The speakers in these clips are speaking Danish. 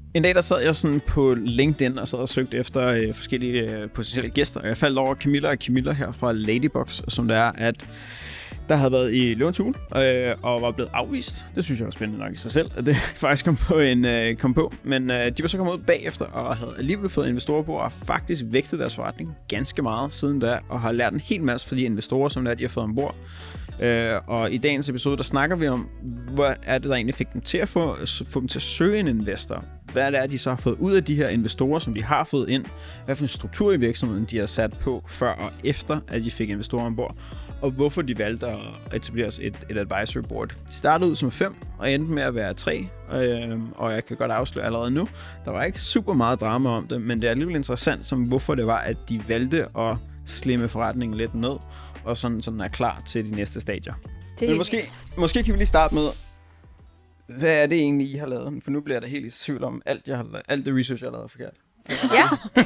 En dag der sad jeg sådan på LinkedIn og sad og søgte efter forskellige potentielle gæster. Jeg faldt over Camilla her fra Ladybox, som det er, at der havde været i Løvens Hule og var blevet afvist. Det synes jeg var spændende nok i sig selv, at det faktisk kom på. Men de var så kommet ud bagefter og havde alligevel fået investorer på og faktisk vækstet deres forretning ganske meget siden da, og har lært en hel masse for de investorer, som de har fået ombord. Og i dagens episode, der snakker vi om, hvad er det, der egentlig fik dem til at få dem til at søge en investor. Hvad er det, de så har fået ud af de her investorer, som de har fået ind? Hvad for en struktur i virksomheden, de har sat på før og efter, at de fik investorer ombord? Og hvorfor de valgte at etablere et advisory board. De startede ud som 5 og endte med at være 3. Og jeg kan godt afsløre allerede nu, der var ikke super meget drama om det, men det er alligevel interessant, som hvorfor det var, at de valgte at slimme forretningen lidt ned, og sådan er klar til de næste stadier. Men måske kan vi lige starte med, hvad er det egentlig, I har lavet? For nu bliver jeg da helt i tvivl om alt det research, jeg har lavet forkert. Ja.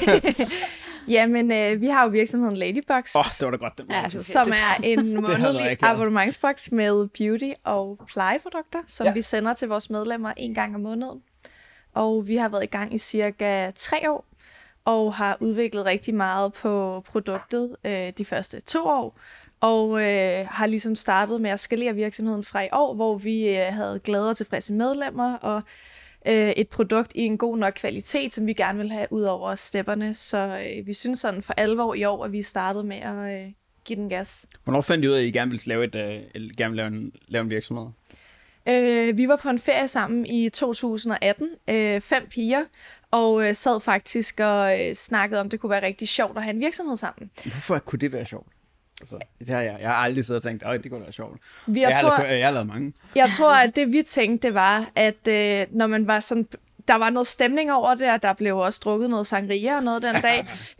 Jamen, vi har jo virksomheden Ladybox, det var da godt, den var som er en månedlig abonnementsboks med beauty- og plejeprodukter, som vi sender til vores medlemmer 1 gang om måneden. Og vi har været i gang i cirka 3 år, og har udviklet rigtig meget på produktet de første 2 år. Og har ligesom startet med at skalere virksomheden fra i år, hvor vi havde glade og tilfredse medlemmer, og et produkt i en god nok kvalitet, som vi gerne vil have ud over stepperne. Så vi synes sådan for alvor i år, at vi startede med at give den gas. Hvornår fandt I ud af, at I gerne ville lave en virksomhed? Vi var på en ferie sammen i 2018, 5 piger, og sad faktisk og snakkede om, det kunne være rigtig sjovt at have en virksomhed sammen. Hvorfor kunne det være sjovt? Altså, det har jeg har aldrig siddet og tænkt, det kunne være sjovt. Jeg har lavet mange. Jeg tror, at det vi tænkte, det var, at når man var sådan, der var noget stemning over det, og der blev også drukket noget sangria og noget den dag.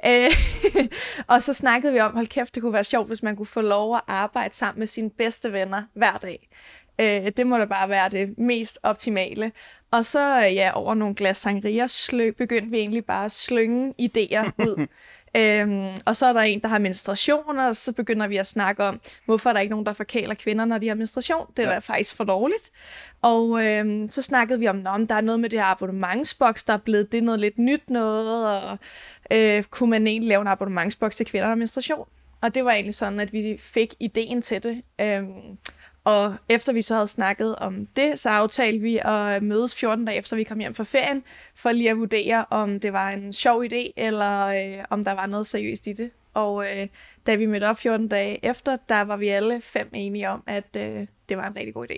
Og så snakkede vi om, hold kæft, det kunne være sjovt, hvis man kunne få lov at arbejde sammen med sine bedste venner hver dag. Det må da bare være det mest optimale. Og så over nogle glas sangria begyndte vi egentlig bare at slynge idéer ud. Og så er der en, der har menstruation, og så begynder vi at snakke om, hvorfor er der ikke nogen, der forkæler kvinder, når de har menstruation. Det er da faktisk for dårligt. Og så snakkede vi om der er noget med det her abonnementsboks, der er blevet det noget lidt nyt noget, og kunne man egentlig lave en abonnementsboks til kvinder, der har menstruation. Og det var egentlig sådan, at vi fik ideen til det. Og efter vi så havde snakket om det, så aftalte vi at mødes 14 dage efter vi kom hjem fra ferien, for lige at vurdere, om det var en sjov idé, eller om der var noget seriøst i det. Og da vi mødte op 14 dage efter, der var vi alle 5 enige om, at det var en rigtig god idé.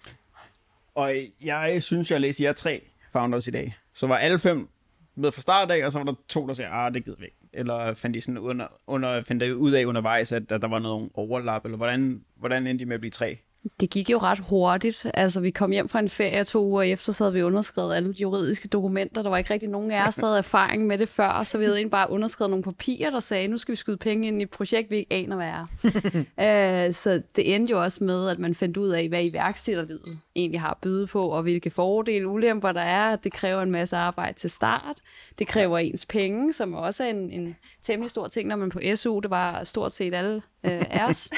Og jeg synes, jeg læste jer 3 founders i dag. Så var alle 5 med fra start af, og så var der 2, der sagde, det gider vi ikke. Eller fandt de sådan fandt de ud af undervejs, at der var noget overlap, eller hvordan endte de med at blive 3? Det gik jo ret hurtigt. Altså, vi kom hjem fra en ferie 2 uger efter, så havde vi underskrevet alle de juridiske dokumenter. Der var ikke rigtig nogen af os, der havde erfaring med det før, så vi havde egentlig bare underskrevet nogle papirer, der sagde, nu skal vi skyde penge ind i et projekt, vi ikke aner, hvad er. Så det endte jo også med, at man fandt ud af, hvad iværksætterlivet egentlig har at byde på, og hvilke fordele og ulemper der er. Det kræver en masse arbejde til start. Det kræver ens penge, som også er en temmelig stor ting, når man på SU. Det var stort set alle af os.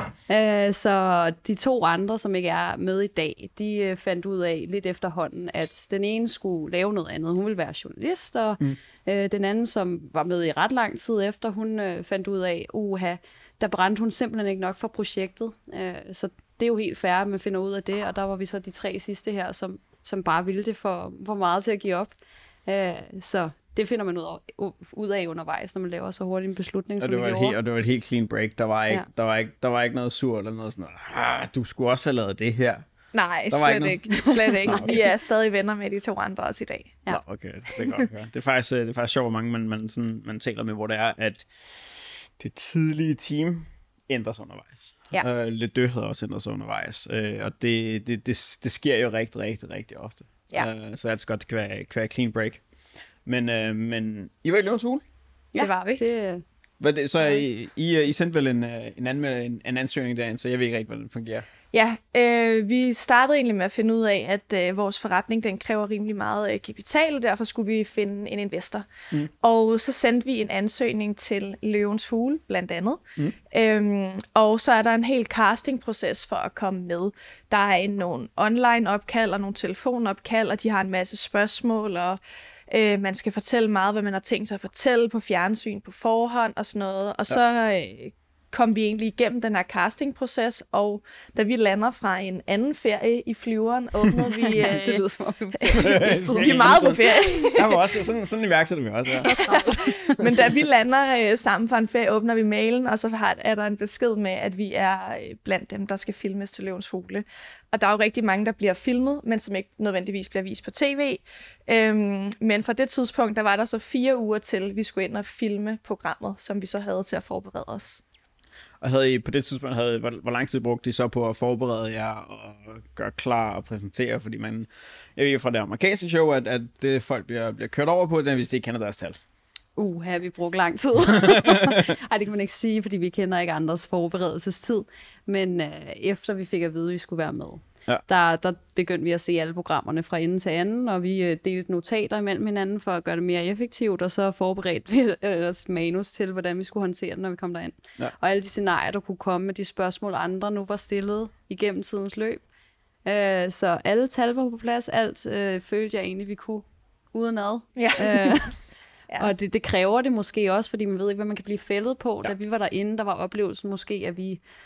Så de 2 andre, som ikke er med i dag, de fandt ud af lidt efterhånden, at den ene skulle lave noget andet. Hun ville være journalist, og den anden, som var med i ret lang tid efter, hun fandt ud af, der brændte hun simpelthen ikke nok for projektet. Så det er jo helt fair, at man finder ud af det, og der var vi så de 3 sidste her, som bare ville det for meget til at give op. Så det finder man ud af undervejs, når man laver så hurtigt en beslutning, som vi gjorde. Og det var et helt clean break. Der var ikke noget sur eller noget sådan noget. Du skulle også have lavet det her. Nej, slet ikke. Vi er stadig venner med de 2 andre også i dag. Ja. Nå, okay, det er godt at høre. Det er faktisk sjovt, hvor mange man taler med, hvor det er, at det tidlige team ændrer sig undervejs. Ja. Lidt død også ændrer sig undervejs. Og det sker jo rigtig, rigtig, rigtig ofte. Ja. Så det godt kan være clean break. Men I var i Løvens Hule? Ja, det var vi. Så I sendte vel en ansøgning derinde, så jeg ved ikke rigtig, hvordan det fungerer. Ja, vi startede egentlig med at finde ud af, at vores forretning den kræver rimelig meget kapital, og derfor skulle vi finde en investor. Og så sendte vi en ansøgning til Løvens Hule, blandt andet. Og så er der en hel castingproces for at komme med. Der er nogle online opkald og nogle telefonopkald, og de har en masse spørgsmål, og man skal fortælle meget, hvad man har tænkt sig at fortælle på fjernsyn på forhånd og sådan noget. Og så kom vi egentlig igennem den her castingproces, og da vi lander fra en anden ferie i flyveren, åbnede vi... Det lyder som om vi er meget på ferie. Jeg var også sådan iværksætter vi også. Ja. Men da vi lander sammen fra en ferie, åbner vi mailen, og så er der en besked med, at vi er blandt dem, der skal filmes til Løvens Hule. Og der er jo rigtig mange, der bliver filmet, men som ikke nødvendigvis bliver vist på tv. Men fra det tidspunkt, der var der så 4 uger til, vi skulle ind og filme programmet, som vi så havde til at forberede os. Og havde I på det tidspunkt, hvor lang tid brugte I så på at forberede jer og gøre klar og præsentere? Fordi jeg ved fra det amerikanske show, at det folk bliver kørt over på, hvis de ikke kender deres tal. Har vi brugt lang tid. Ej, det kan man ikke sige, fordi vi kender ikke andres forberedelsestid. Men efter vi fik at vide, at vi skulle være med, der begyndte vi at se alle programmerne fra ende til anden, og vi delte notater imellem hinanden for at gøre det mere effektivt, og så forberedte vi os manus til, hvordan vi skulle håndtere det, når vi kom derind. Ja. Og alle de scenarier, der kunne komme med de spørgsmål, andre nu var stillet igennem tidens løb. Så alle tal var på plads, alt følte jeg egentlig, vi kunne udenad. Ja. Ja. Og det kræver det måske også, fordi man ved ikke, hvad man kan blive fældet på. Ja. Da vi var derinde, der var oplevelsen måske, at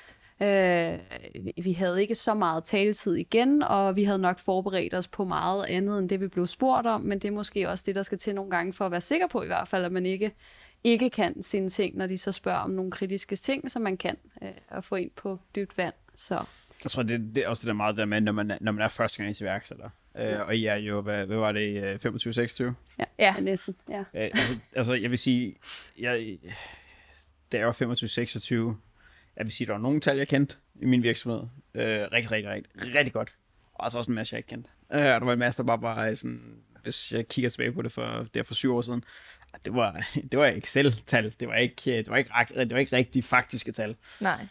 vi havde ikke så meget taletid igen, og vi havde nok forberedt os på meget andet, end det vi blev spurgt om, men det er måske også det, der skal til nogle gange, for at være sikker på i hvert fald, at man ikke kan sine ting, når de så spørger om nogle kritiske ting, som man kan at få ind på dybt vand. Så. Jeg tror, det er også det der meget der med, når man er første gang i iværksætter. Og I er jo, hvad var det, 25-26? Ja, næsten. Ja. Altså, jeg vil sige, da jeg var 25-26, jeg vil sige, der var nogle tal, jeg kendte i min virksomhed. Rigtig godt. Og altså også en masse, jeg ikke kendte. Der var en masse, der bare var sådan, hvis jeg kigger tilbage på det for 7 år siden, det var Excel-tal. Det var ikke rigtig faktiske tal. Nej.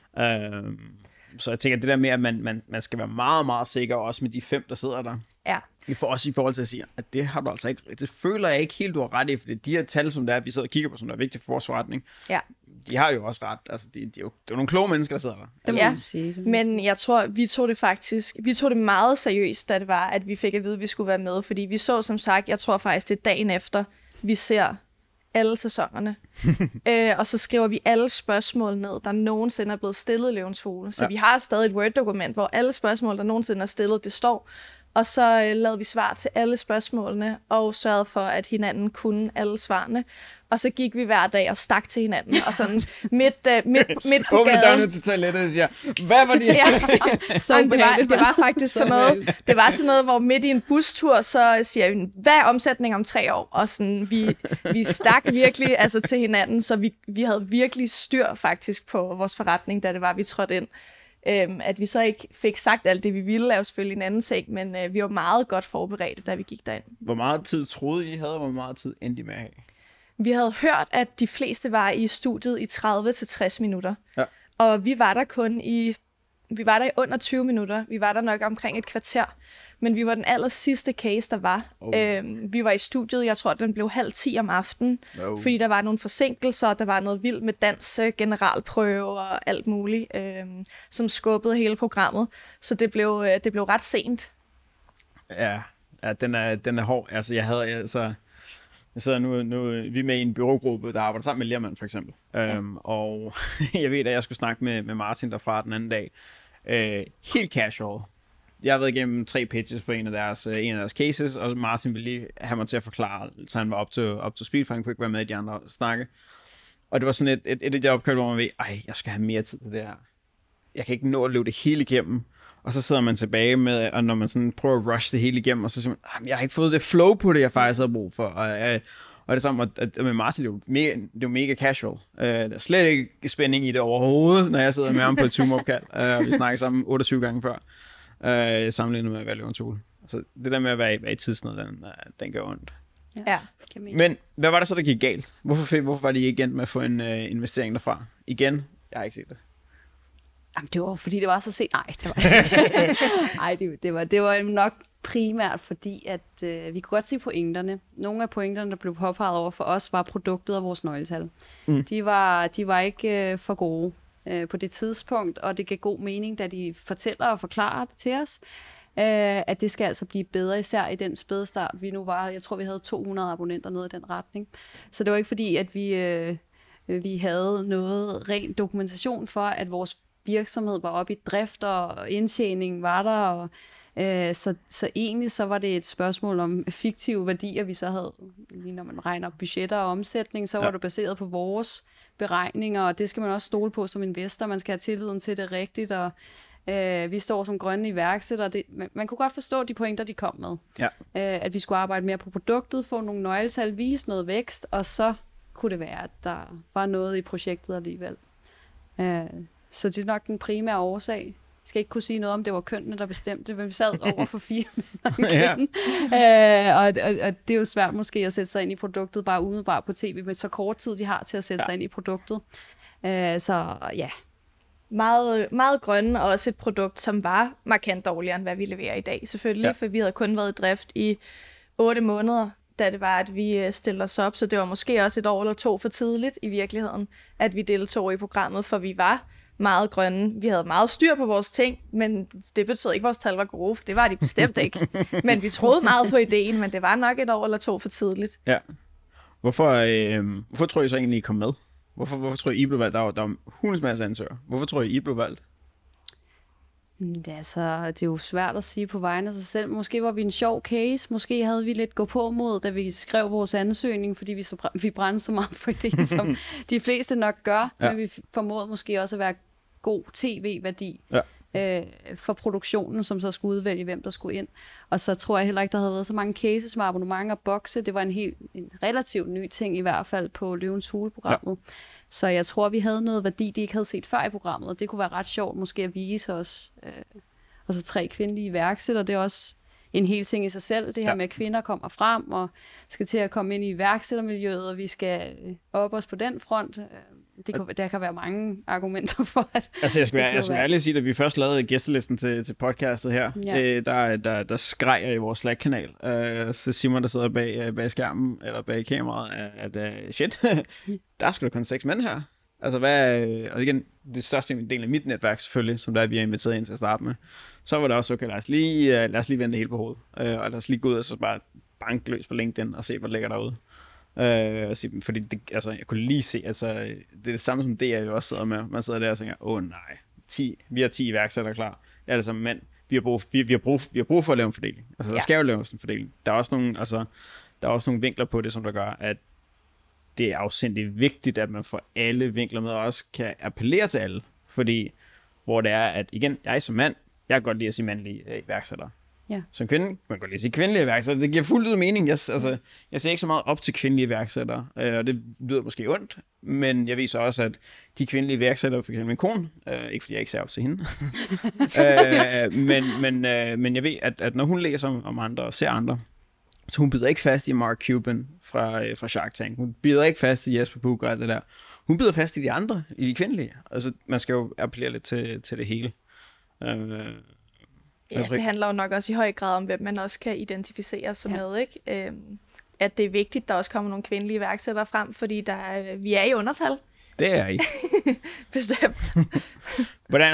Så jeg tænker, det der med, at man skal være meget, meget sikker, også med de 5, der sidder der. Ja. Også i forhold til at sige, at det har du altså ikke, det føler jeg ikke helt, du har ret i, for de her tal, som der er, vi sidder og kigger på, som der er vigtigt for vores forretning, de har jo også ret. Altså, det er jo nogle kloge mennesker, der sidder der. Det må sige. Men jeg tror, vi tog det meget seriøst, da det var, at vi fik at vide, at vi skulle være med, fordi vi så, som sagt, jeg tror faktisk, det er dagen efter, vi ser alle sæsonerne. Og så skriver vi alle spørgsmål ned, der nogensinde er blevet stillet i Løvens Hule. Så vi har stadig et Word-dokument, hvor alle spørgsmål, der nogensinde er stillet, det står. Og så lavede vi svar til alle spørgsmålene, og sørgede for, at hinanden kunne alle svarene. Og så gik vi hver dag og stak til hinanden, og sådan midt på gaden. Åbne dørene til toilettet og siger, hvad var det? Det var faktisk sådan noget, det var sådan noget, hvor midt i en bustur, så siger vi, hvad er omsætning om 3 år? Og sådan, vi stak virkelig altså, til hinanden, så vi havde virkelig styr faktisk på vores forretning, da det var, vi trådte ind. At vi så ikke fik sagt alt det, vi ville, er jo selvfølgelig en anden ting, men vi var meget godt forberedte, da vi gik derind. Hvor meget tid troede I havde, og hvor meget tid endte I med at have? Vi havde hørt, at de fleste var i studiet i 30-60 minutter. Ja. Og vi var der i under 20 minutter. Vi var der nok omkring et kvarter. Men vi var den aller sidste case, der var. Vi var i studiet, jeg tror, den blev 9:30 om aftenen. Fordi der var nogle forsinkelser, der var noget vildt med dans, generalprøve og alt muligt, som skubbede hele programmet. Så det blev ret sent. Ja, den er hård. Altså, jeg sidder nu vi er med i en byrågruppe, der arbejder sammen med Lermand, for eksempel. Og jeg ved, at jeg skulle snakke med Martin derfra den anden dag. Helt casual. Jeg har været igennem 3 pitches på en af deres cases, og Martin ville lige have mig til at forklare, så han var up to speed, for han kunne ikke være med i de andre snakke. Og det var sådan et af de opkald, hvor man ved, jeg skal have mere tid til det her. Jeg kan ikke nå at løbe det hele igennem. Og så sidder man tilbage med, og når man sådan prøver at rush det hele igennem, og så siger man, jeg har ikke fået det flow på det, jeg faktisk havde brug for. Og det samme med Martin, det er jo mega casual. Der er slet ikke spænding i det overhovedet, når jeg sidder med ham på et Zoom-opkald. Vi snakker sammen 28 gange før, sammenlignet med at være Løvens Hule. Så det der med at være i tidsnød, den gør ondt. Ja. Men hvad var det så, der gik galt? Hvorfor var de ikke endt med at få en investering derfra? Igen, jeg har ikke set det. Jamen, det var fordi, det var så sent. Nej, det var Nej, det var nok primært fordi, at vi kunne godt se pointerne. Nogle af pointerne, der blev påpeget over for os, var produktet af vores nøgletal. De var ikke for gode på det tidspunkt, og det gav god mening, da de fortæller og forklarer det til os, at det skal altså blive bedre, især i den spædestart, vi nu var. Jeg tror, vi havde 200 abonnenter nede i den retning. Så det var ikke fordi, at vi havde noget ren dokumentation for, at vores virksomhed var oppe i drift, og indtjening var der, og så egentlig så var det et spørgsmål om fiktive værdier, vi så havde, lige når man regner budgetter og omsætning, så var det baseret på vores beregninger, og det skal man også stole på som investor. Man skal have tilliden til det rigtigt, og vi står som grønne iværksættere. Man kunne godt forstå de pointer, de kom med. Ja. At vi skulle arbejde mere på produktet, få nogle nøgletal, vise noget vækst, og så kunne det være, at der var noget i projektet alligevel. Så det er nok den primære årsag. Jeg skal ikke kunne sige noget om, det var kønnene, der bestemte, men vi sad over for 4 mænd og det er jo svært måske at sætte sig ind i produktet, bare umiddelbart på tv, med så kort tid, de har til at sætte sig ind i produktet. Så ja. Meget, meget grønne, og også et produkt, som var markant dårligere, end hvad vi leverer i dag, selvfølgelig, for vi havde kun været i drift i 8 måneder, da det var, at vi stillede os op, så det var måske også et år eller 2 for tidligt i virkeligheden, at vi deltog i programmet, for vi var meget grønne. Vi havde meget styr på vores ting, men det betød ikke, at vores tal var gode, for det var de bestemt ikke. Men vi troede meget på ideen, men det var nok et år eller 2 for tidligt. Ja. Hvorfor tror I så egentlig, I kom med? Hvorfor tror I blev valgt? Der var hundens masse ansøgere. Hvorfor tror I blev valgt? Det er jo svært at sige på vegne af sig selv. Måske var vi en sjov case. Måske havde vi lidt gå på mod, da vi skrev vores ansøgning, fordi vi brændte så meget for ideen, som de fleste nok gør. Ja. Men vi formåede måske også at være god tv-værdi for produktionen, som så skulle udvælge, hvem der skulle ind. Og så tror jeg heller ikke, der havde været så mange cases med abonnementer og bokse. Det var en relativt ny ting, i hvert fald på Løvens Hule-programmet. Ja. Så jeg tror, vi havde noget værdi, de ikke havde set før i programmet, og det kunne være ret sjovt måske at vise os. Og så 3 kvindelige iværksættere, det er også en hel ting i sig selv. Det her med, at kvinder kommer frem og skal til at komme ind i iværksættermiljøet, og vi skal op os på den front. Der kan være mange argumenter for, at jeg skal ærligt sige, at vi først lavede gæstelisten til podcastet her, der skreg jeg i vores Slack-kanal. Så Simon, der sidder bag skærmen, eller bag kameraet, at shit, der skal der kun 6 mænd her. Altså og igen, det største del af mit netværk selvfølgelig, som der vi har inviteret ind til at starte med. Så var det også, okay, lad os lige vende det hele på hovedet. Og lad os lige gå ud og så bare banke løs på LinkedIn og se, hvad der ligger derude. Fordi jeg kunne lige se, det er det samme som det, jeg jo også sidder med. Man sidder der og tænker, nej, vi har 10 iværksættere klar. Alle sammen mænd. Vi har brug for at lave en fordeling. Altså, der skal jo laves en fordeling. Der er også nogle vinkler på det, som der gør, at det er afsindigt vigtigt, at man får alle vinkler med, og også kan appellere til alle. Fordi, hvor det er, at igen, jeg som mand, jeg kan godt lide at sige mandlige iværksættere. Ja. Som kvinde, man kan godt lide at sige kvindelige iværksættere. Det giver fuldt ud mening. Jeg ser ikke så meget op til kvindelige iværksættere, og det lyder måske ondt, men jeg viser også, at de kvindelige iværksættere, for eksempel min kone, ikke fordi jeg ikke ser op til hende, men jeg ved, at når hun læser om andre og ser andre, så hun bider ikke fast i Mark Cuban fra Shark Tank. Hun bider ikke fast i Jesper Buch og alt det der. Hun bider fast i de andre, i de kvindelige. Altså, man skal jo appellere lidt til det hele. Ja, det handler jo nok også i høj grad om, hvem man også kan identificere sig med, ikke? At det er vigtigt, at der også kommer nogle kvindelige iværksættere frem, fordi vi er i undertal. Det er I. Bestemt. Hvordan er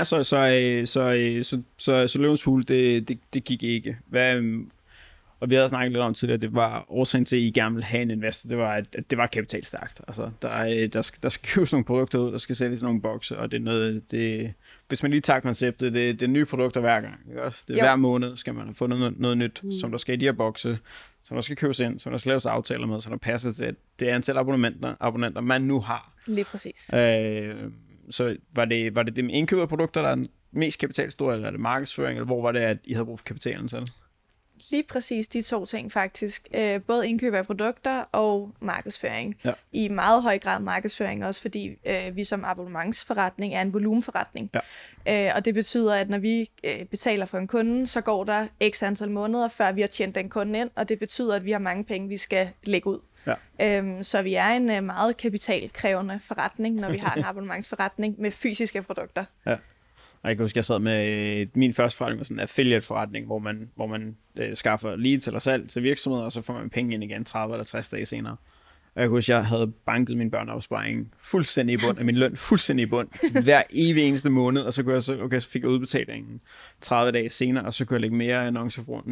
så Løvens Hule, det gik ikke. Og vi havde snakket lidt om tidligere, det var årsagen til, at I gerne ville have en investor, det var, at det var kapitalstærkt. Altså, der skal købes nogle produkter ud, der skal sælges nogle bokse, og det er noget, hvis man lige tager konceptet, det er nye produkter hver gang. Ikke også? Det er hver måned, skal man have fundet noget nyt, som der skal i de her bokse, som der skal købes ind, som der skal laves aftaler med, så der passer til det antal abonnenter, man nu har. Lige præcis. Så var det med indkøb af produkter, der er mest kapitalstore, eller er det markedsføring, eller hvor var det, at I havde brug for kapitalen selv? Lige præcis de 2 ting faktisk. Både indkøb af produkter og markedsføring. Ja. I meget høj grad markedsføring også, fordi vi som abonnementsforretning er en volumenforretning. Ja. Og det betyder, at når vi betaler for en kunde, så går der x antal måneder, før vi har tjent den kunde ind, og det betyder, at vi har mange penge, vi skal lægge ud. Ja. Så vi er en meget kapitalkrævende forretning, når vi har en abonnementsforretning med fysiske produkter. Ja. Og jeg kan huske, jeg sad med min første forretning var sådan en affiliate-forretning, hvor man skaffer leads eller salg til virksomheder, og så får man penge ind igen 30 eller 60 dage senere. Og jeg kunne huske, jeg havde banket min børneopsparing fuldstændig i bund, og min løn fuldstændig i bund, til hver evig eneste måned, og så kunne jeg så fik jeg udbetalingen 30 dage senere, og så kunne jeg lægge mere annonceforbrug.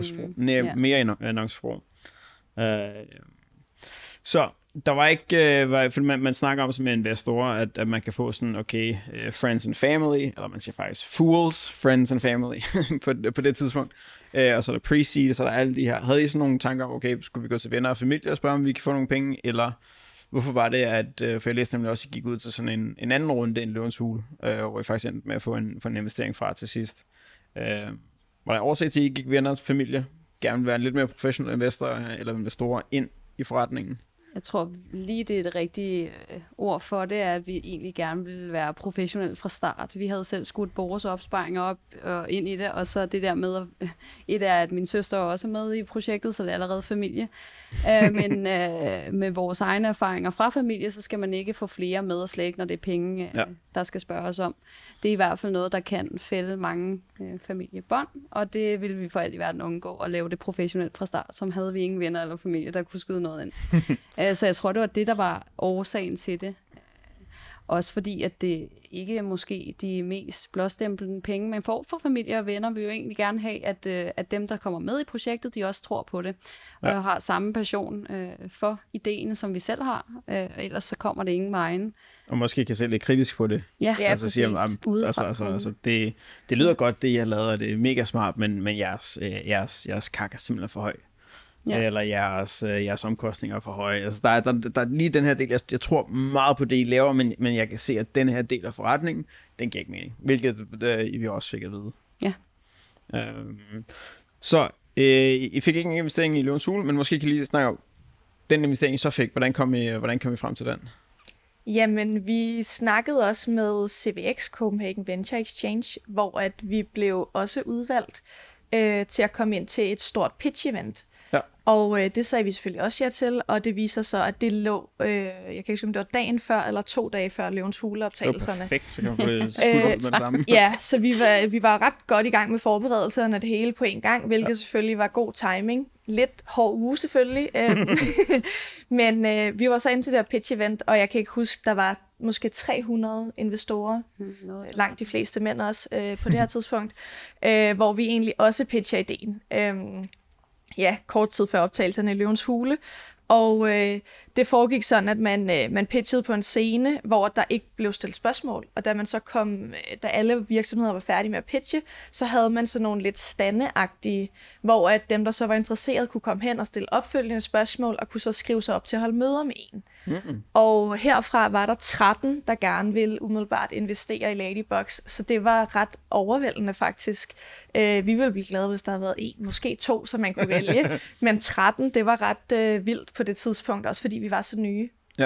Så der var ikke, for man snakker om som investorer, at man kan få sådan, okay, friends and family, eller man siger faktisk fools, friends and family, på det tidspunkt. Og så er der pre-seed, så er der alle de her. Havde I sådan nogle tanker om, okay, skulle vi gå til venner og familie og spørge, om vi kan få nogle penge, eller hvorfor var det, at, for jeg læste nemlig også, at I gik ud til sådan en anden runde end Løvens Hule, hvor I faktisk endte med at få en investering fra til sidst. Var der årsag til, at I gik venner og familie? Gerne vil være en lidt mere professionel investor, eller investorer ind i forretningen? Jeg tror lige det er det rigtige ord for det, er, at vi egentlig gerne vil være professionelle fra start. Vi havde selv skudt vores opsparinger op og ind i det, og så det der med, et er, at min søster også er med i projektet, så det er allerede familie. Men med vores egne erfaringer fra familie, så skal man ikke få flere med og slet ikke, når det er penge, der skal spørges om. Det er i hvert fald noget, der kan fælde mange familiebånd, og det ville vi for alt i verden undgå at lave det professionelt fra start, som havde vi ingen venner eller familie, der kunne skyde noget ind. Så jeg tror, det var det, der var årsagen til det. Også fordi, at det ikke er måske de mest blåstemplende penge, man får fra familie og venner, vil jo egentlig gerne have, at dem, der kommer med i projektet, de også tror på det, og har samme passion for ideen, som vi selv har. Ellers så kommer det ingen vejen. Og måske kan se lidt kritisk på det. Ja, altså, siger, det lyder godt, det I har lavet, og det er mega smart, men jeres kak er simpelthen for høj. Ja. Eller jeres omkostninger er for høje. Altså, der er lige den her del, jeg tror meget på det, I laver, men jeg kan se, at den her del af forretningen, den giver ikke mening. Hvilket vi også fik at vide. Ja. Så I fik ikke en investering i Løvens Hule, men måske kan I lige snakke om den investering, I så fik. Hvordan kom I frem til den? Jamen, vi snakkede også med CVX, Copenhagen Venture Exchange, hvor at vi blev også udvalgt til at komme ind til et stort pitch-event. Ja. Og det sagde vi selvfølgelig også ja til, og det viser så, at det lå, jeg kan ikke huske, om det var dagen før eller 2 dage før Løvens Hule-optagelserne. Det var perfekt, så kan man få skudt med det samme. Ja, så vi var ret godt i gang med forberedelserne af det hele på en gang, hvilket selvfølgelig var god timing. Lidt hård uge selvfølgelig, men vi var så inde til det her pitch-event, og jeg kan ikke huske, der var måske 300 investorer, langt de fleste mænd også på det her tidspunkt, hvor vi egentlig også pitcher ideen. Kort tid før optagelserne i Løvens Hule. Og det foregik sådan, at man pitchede på en scene, hvor der ikke blev stillet spørgsmål. Og da alle virksomheder var færdige med at pitche, så havde man sådan nogle lidt standeagtige, hvor at dem, der så var interesseret, kunne komme hen og stille opfølgende spørgsmål, og kunne så skrive sig op til at holde møder med en. Mm-hmm. Og herfra var der 13, der gerne ville umiddelbart investere i Ladybox, så det var ret overvældende faktisk. Vi ville blive glade, hvis der havde været 1, måske 2, som man kunne vælge, men 13, det var ret vildt på det tidspunkt, også fordi vi var så nye. Ja.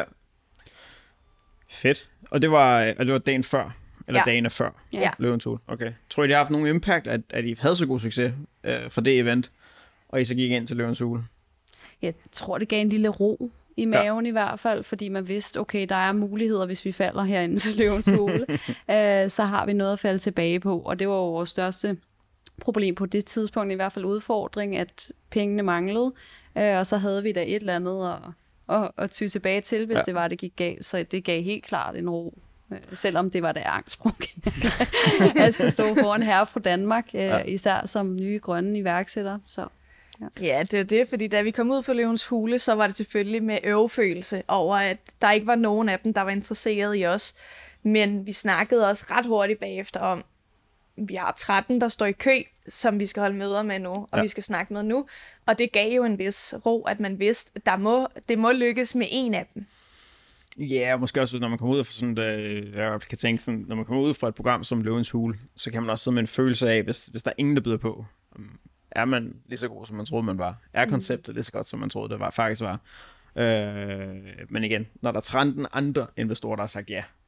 Fedt. Og det var dagen før, eller dagene før Løvens Hule. Okay. Tror I, det har haft nogen impact, at I havde så god succes for det event, og I så gik ind til Løvens Hule? Jeg tror, det gav en lille ro i maven i hvert fald, fordi man vidste, okay, der er muligheder, hvis vi falder herinde til Løvens Hule. Så har vi noget at falde tilbage på, og det var jo vores største problem på det tidspunkt, i hvert fald udfordring, at pengene manglede, og så havde vi da et eller andet at ty tilbage til, hvis det var, det gik galt. Så det gav helt klart en ro, selvom det var da angstsprung. Jeg skal stå foran herre fra Danmark, især som nye grønne iværksætter, så... Ja, det er det, fordi da vi kom ud for Løvens Hule, så var det selvfølgelig med øvefølelse over, at der ikke var nogen af dem, der var interesseret i os. Men vi snakkede også ret hurtigt bagefter om, vi har 13, der står i kø, som vi skal holde møder med nu, og vi skal snakke med nu. Og det gav jo en vis ro, at man vidste, at det må lykkes med en af dem. Ja, måske også, når man kommer ud fra sådan, jeg kan tænke sådan, når man kommer ud fra et program som Løvens Hule, så kan man også sidde med en følelse af, hvis der er ingen, der byder på. Er man lige så god, som man troede, man var? Er konceptet lige så godt, som man troede, det faktisk var? Men igen, når der er 13 andre investorer, der har sagt ja,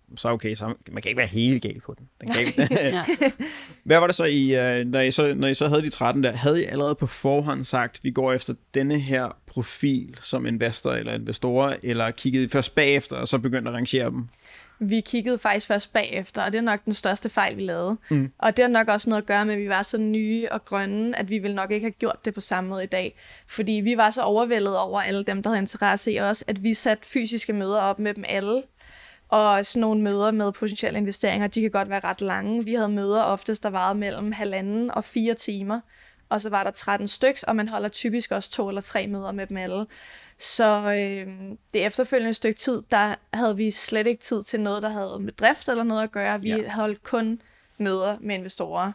så okay, så man kan ikke være helt gal på den. Den kan ikke. Ja. Hvad var det så, når I så havde de 13 der, havde I allerede på forhånd sagt, vi går efter denne her profil som investor eller investorer, eller kiggede I først bagefter, og så begyndte at rangere dem? Vi kiggede faktisk først bagefter, og det er nok den største fejl, vi lavede. Og det har nok også noget at gøre med, at vi var så nye og grønne, at vi ville nok ikke have gjort det på samme måde i dag. Fordi vi var så overvældet over alle dem, der havde interesse i os, at vi satte fysiske møder op med dem alle. Og sådan nogle møder med potentielle investeringer, de kan godt være ret lange. Vi havde møder oftest, der varede mellem 1,5 og 4 timer. Og så var der 13 styks, og man holder typisk også 2 eller 3 møder med dem alle. Så det efterfølgende stykke tid, der havde vi slet ikke tid til noget, der havde med drift eller noget at gøre. Vi holdt kun møder med investorer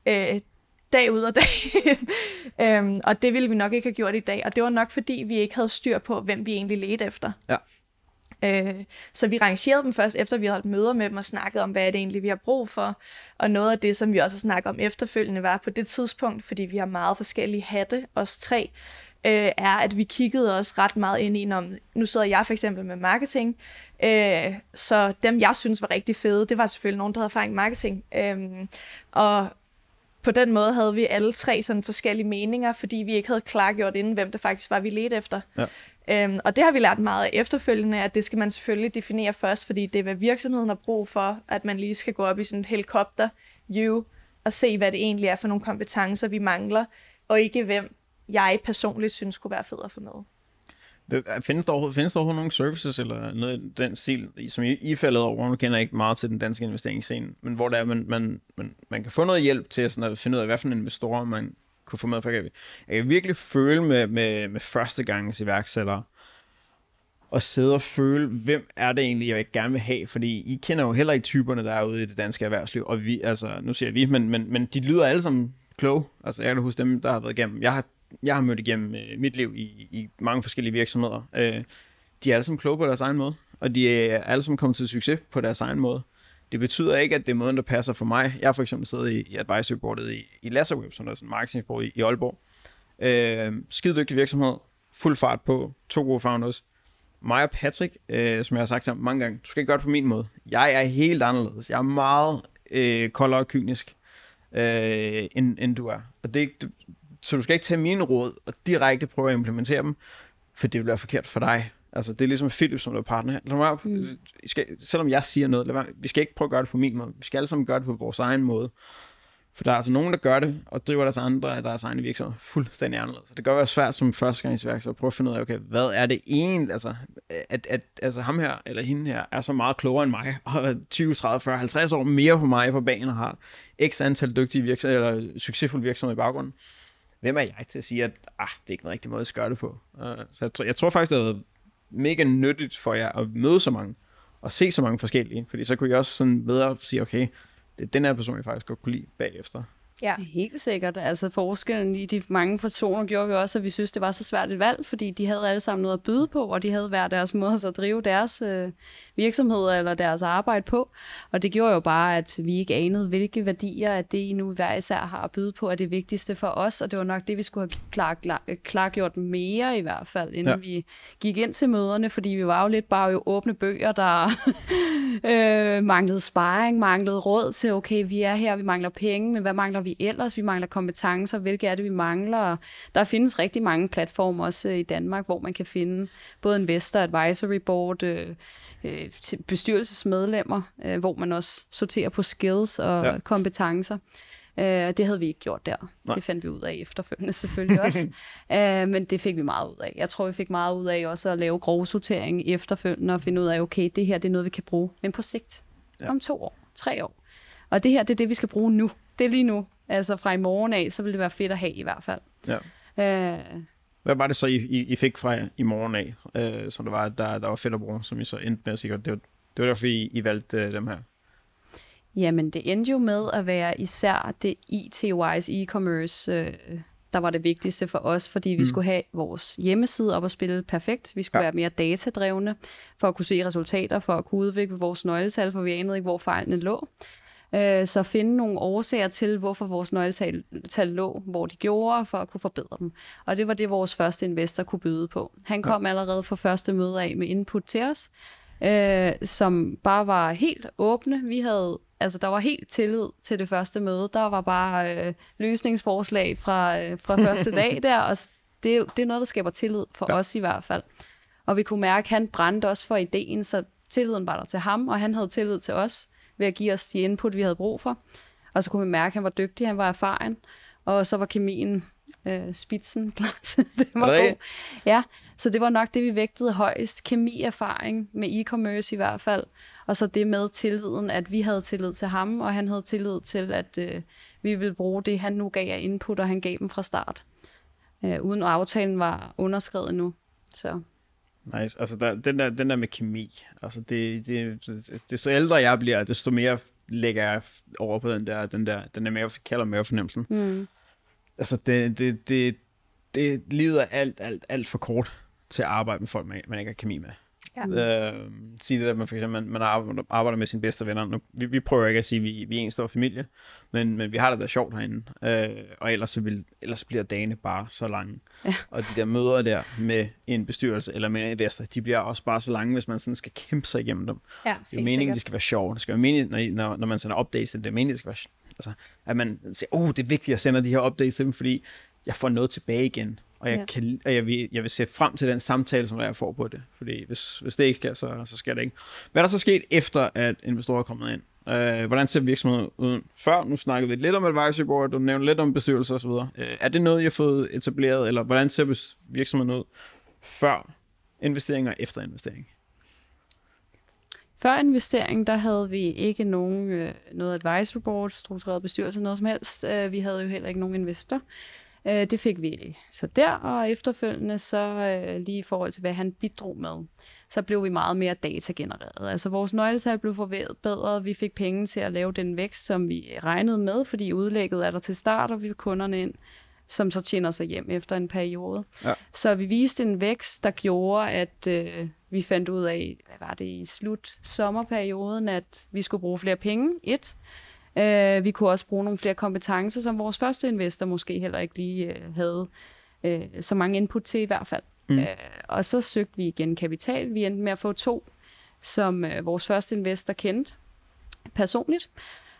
dag ud og dag. Og det ville vi nok ikke have gjort i dag. Og det var nok, fordi vi ikke havde styr på, hvem vi egentlig ledte efter. Ja. Så vi rangerede dem først, efter vi havde holdt møder med dem og snakket om, hvad er det egentlig, vi har brug for. Og noget af det, som vi også har snakket om efterfølgende, var på det tidspunkt, fordi vi har meget forskellige hatte, os 3, er, at vi kiggede også ret meget ind i, nu sidder jeg for eksempel med marketing, så dem, jeg synes var rigtig fede, det var selvfølgelig nogen, der havde erfaring i marketing. Og på den måde havde vi alle 3 sådan forskellige meninger, fordi vi ikke havde klargjort inden, hvem det faktisk var, vi ledte efter. Ja. Og det har vi lært meget af efterfølgende, at det skal man selvfølgelig definere først, fordi det er, hvad virksomheden har brug for, at man lige skal gå op i sådan et helikopter-view og se, hvad det egentlig er for nogle kompetencer, vi mangler, og ikke hvem jeg personligt synes kunne være fed at få med. Findes der overhovedet nogle services eller noget i den stil, som I faldet over? Nu kender jeg ikke meget til den danske investeringsscene, men hvor der er, man kan få noget hjælp til sådan at finde ud af, hvad for en investor man kunne få med. For jeg kan virkelig føle med førstegangens iværksættere, og sidde og føle, hvem er det egentlig, jeg gerne vil have, fordi I kender jo heller ikke typerne, der er ude i det danske erhvervsliv, og vi, altså, nu siger vi, men de lyder alle sammen kloge. Altså, jeg kan huske dem, der har været igennem. Jeg har mødt igennem mit liv i mange forskellige virksomheder. De er alle sammen kloge på deres egen måde, og de er alle sammen kommet til succes på deres egen måde. Det betyder ikke, at det er måden, der passer for mig. Jeg har for eksempel siddet i advisory-boardet i Laserweb, som er sådan en marketingbureau i Aalborg. Skidedygtig virksomhed, fuld fart på, 2 gode founders. Mig og Patrick, som jeg har sagt sammen mange gange, du skal ikke gøre det på min måde. Jeg er helt anderledes. Jeg er meget koldere og kynisk, end du er. Og så du skal ikke tage mine råd og direkte prøve at implementere dem, for det vil være forkert for dig. Altså, det er ligesom Philip, som er partner her. Selvom jeg siger noget, vi skal ikke prøve at gøre det på min måde. Vi skal alle sammen gøre det på vores egen måde. For der er altså nogen, der gør det, og driver deres egne virksomhed fuldstændig anderledes. Det kan være svært som førstegangsiværksætter at prøve at finde ud af, okay, hvad er det egentlig, altså, at ham her, eller hende her, er så meget klogere end mig, og har 20, 30, 40, 50 år mere på mig på banen, og har x antal dygtige virksomheder, eller succesfulde virksomheder i baggrunden. Hvem er jeg til at sige, at det er ikke den rigtige måde at gøre det på? Så jeg tror faktisk, det har været mega nyttigt for jer at møde så mange, og se så mange forskellige, fordi så kunne jeg også sådan bedre sige, okay, det er den her person, jeg faktisk godt kunne lide bagefter. Ja, helt sikkert. Altså forskellen i de mange personer gjorde jo også, at vi synes, det var så svært et valg, fordi de havde alle sammen noget at byde på, og de havde hver deres måde at drive deres virksomheder eller deres arbejde på. Og det gjorde jo bare, at vi ikke anede, hvilke værdier, at det I nu hver især har at byde på, er det vigtigste for os. Og det var nok det, vi skulle have klargjort mere i hvert fald, inden vi gik ind til møderne, fordi vi var jo lidt bare jo åbne bøger, der manglede sparring, manglede råd til, okay, vi er her, vi mangler penge, men hvad mangler vi ellers? Vi mangler kompetencer, hvilke er det, vi mangler? Der findes rigtig mange platformer også i Danmark, hvor man kan finde både investor, advisory board, bestyrelsesmedlemmer, hvor man også sorterer på skills og kompetencer. Det havde vi ikke gjort der. Nej. Det fandt vi ud af efterfølgende selvfølgelig også. Men det fik vi meget ud af. Jeg tror, vi fik meget ud af også at lave grov sortering efterfølgende og finde ud af, okay, det her det er noget, vi kan bruge, men på sigt. Om 2 år, 3 år. Og det her, det er det, vi skal bruge nu. Det er lige nu. Altså fra i morgen af, så vil det være fedt at have i hvert fald. Ja. Hvad var det så, I fik fra i morgen af, som det var, der var fedt at bruge, som I så endte med at sige, det var derfor, I valgte dem her? Jamen, det endte jo med at være især det IT-wise e-commerce, der var det vigtigste for os, fordi vi skulle have vores hjemmeside op og spille perfekt. Vi skulle være mere datadrevne for at kunne se resultater, for at kunne udvikle vores nøgletal, for vi anede ikke, hvor fejlene lå. Så finde nogle årsager til, hvorfor vores nøgletal lå, hvor de gjorde, for at kunne forbedre dem. Og det var det, vores første investor kunne byde på. Han kom allerede fra første møde af med input til os, som bare var helt åbne. Der var helt tillid til det første møde. Der var bare løsningsforslag fra første dag der, og det er noget, der skaber tillid for os i hvert fald. Og vi kunne mærke, at han brændte også for ideen, så tilliden var der til ham, og han havde tillid til os ved at give os de input, vi havde brug for. Og så kunne vi mærke, at han var dygtig, han var erfaren, og så var kemien spidsen. Det var god. Ja, så det var nok det, vi vægtede højst. Kemi-erfaring med e-commerce i hvert fald. Og så det med tilliden, at vi havde tillid til ham, og han havde tillid til, at vi ville bruge det, han nu gav af input, og han gav dem fra start. Uden aftalen var underskrevet nu. Så. Nice. Altså den der med kemi, altså det så ældre jeg bliver, desto mere lægger jeg over på den der mere, kalder mavefornemmelsen. Altså livet er alt for kort til at arbejde med folk, man ikke har kemi med. Ja. Sige det der, man for eksempel man arbejder med sine bedste venner. Vi prøver ikke at sige, at vi er en stor familie, men vi har det der sjovt herinde. Og ellers bliver dagene bare så lange. Ja. Og de der møder der med en bestyrelse eller med en investor, de bliver også bare så lange, hvis man sådan skal kæmpe sig igennem dem. Ja, det er meningen, de skal være sjove. Det skal være meningen, når man sender updates, det er meningen, det skal være altså, at man siger, det er vigtigt, at jeg sender de her updates til dem, fordi jeg får noget tilbage igen. Og jeg vil se frem til den samtale, som jeg får på det. Fordi hvis det ikke skal, så skal det ikke. Hvad er der så sket efter, at investorer er kommet ind? Hvordan ser virksomheden ud før? Nu snakkede vi lidt om advisory board, du nævnte lidt om bestyrelser osv. Er det noget, I har fået etableret, eller hvordan ser virksomheden ud før investering og efter investering? Før investering, der havde vi ikke noget advisory board, struktureret bestyrelse, noget som helst. Vi havde jo heller ikke nogen investor. Det fik vi så der, og efterfølgende så lige i forhold til, hvad han bidrog med, så blev vi meget mere datagenereret. Altså vores nøgletal blev forbedret, vi fik penge til at lave den vækst, som vi regnede med, fordi udlægget er der til start, og vi fik kunderne ind, som så tjener sig hjem efter en periode. Ja. Så vi viste en vækst, der gjorde, at vi fandt ud af, hvad var det i slut sommerperioden, at vi skulle bruge flere penge. Vi kunne også bruge nogle flere kompetencer, som vores første investor måske heller ikke lige havde så mange input til i hvert fald. Og så søgte vi igen kapital. Vi endte med at få 2, som vores første investor kendte personligt,